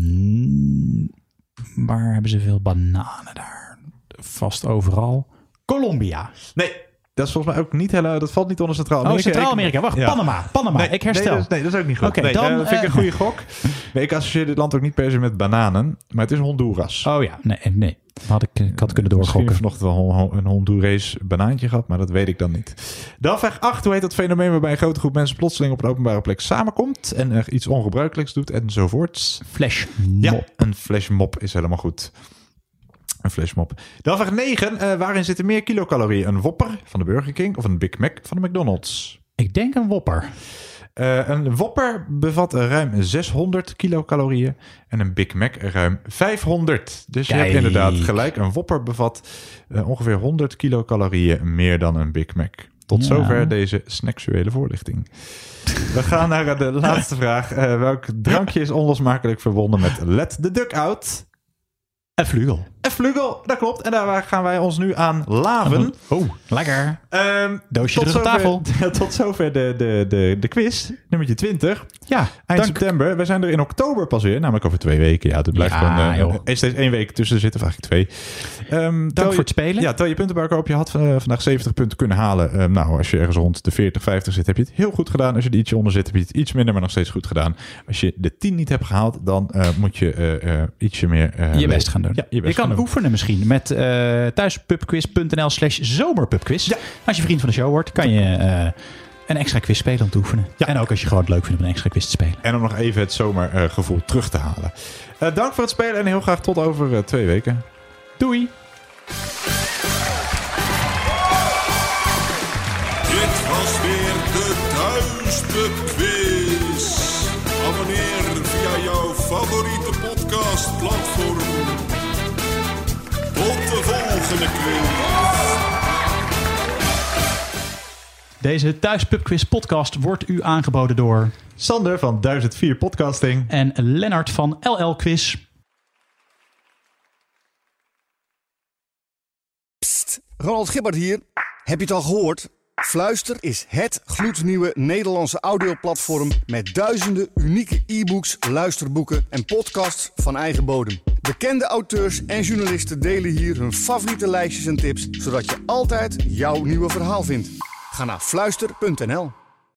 Waar hebben ze veel bananen daar? Vast overal. Colombia. Nee. Dat is volgens mij ook niet dat valt niet onder Centraal-Amerika. Centraal-Amerika. Wacht, ja. Panama. Nee, ik herstel. Nee, dat is ook niet goed. Okay, dan vind ik een goede gok. Nee, ik associeer dit land ook niet per se met bananen, maar het is Honduras. Oh ja, nee. Ik had kunnen doorgokken. Misschien vanochtend wel een Hondurees banaantje gehad, maar dat weet ik dan niet. Dan vraag 8. Hoe heet dat fenomeen waarbij een grote groep mensen plotseling op een openbare plek samenkomt en er iets ongebruikelijks doet enzovoorts? Flashmob. Ja, een flashmob is helemaal goed. Een flashmob. Dan vraag 9. Waarin zitten meer kilocalorieën? Een Whopper van de Burger King of een Big Mac van de McDonald's? Ik denk een Whopper. Een Whopper bevat ruim 600 kilocalorieën en een Big Mac ruim 500. Dus je hebt inderdaad gelijk. Een Whopper bevat ongeveer 100 kilocalorieën meer dan een Big Mac. Tot zover deze snacksuele voorlichting. We gaan naar de laatste vraag. Welk drankje is onlosmakelijk verbonden met Let the Duck Out? Een Vlugel. Een Vlugel, dat klopt. En daar gaan wij ons nu aan laven. Oh, lekker. Doosje terug op tafel. Tot zover de quiz, nummertje 20. Ja, eind september. We zijn er in oktober pas weer, namelijk over 2 weken. Ja, het blijft gewoon steeds 1 week tussen zitten, of eigenlijk 2. Dank voor het spelen. Ja, tel je puntenbuik op. Je had vandaag 70 punten kunnen halen. Nou, als je ergens rond de 40, 50 zit, heb je het heel goed gedaan. Als je er ietsje onder zit, heb je het iets minder, maar nog steeds goed gedaan. Als je de 10 niet hebt gehaald, dan moet je ietsje meer je best gaan doen. Ja, je kan oefenen misschien met thuispubquiz.nl/zomerpubquiz. Ja. Als je vriend van de show wordt, kan je een extra quiz spelen om te oefenen. Ja. En ook als je gewoon het leuk vindt om een extra quiz te spelen. En om nog even het zomergevoel terug te halen. Dank voor het spelen en heel graag tot over 2 weken. Doei! Dit was weer de Thuispubquiz. Abonneer via jouw favoriete podcastplatform. Tot de volgende quiz. Deze Thuispubquiz podcast wordt u aangeboden door Sander van 1004 Podcasting en Lennart van LL Quiz. Psst, Ronald Gibbert hier. Heb je het al gehoord? Fluister is het gloednieuwe Nederlandse audioplatform met duizenden unieke e-books, luisterboeken en podcasts van eigen bodem. Bekende auteurs en journalisten delen hier hun favoriete lijstjes en tips, zodat je altijd jouw nieuwe verhaal vindt. Ga naar fluister.nl.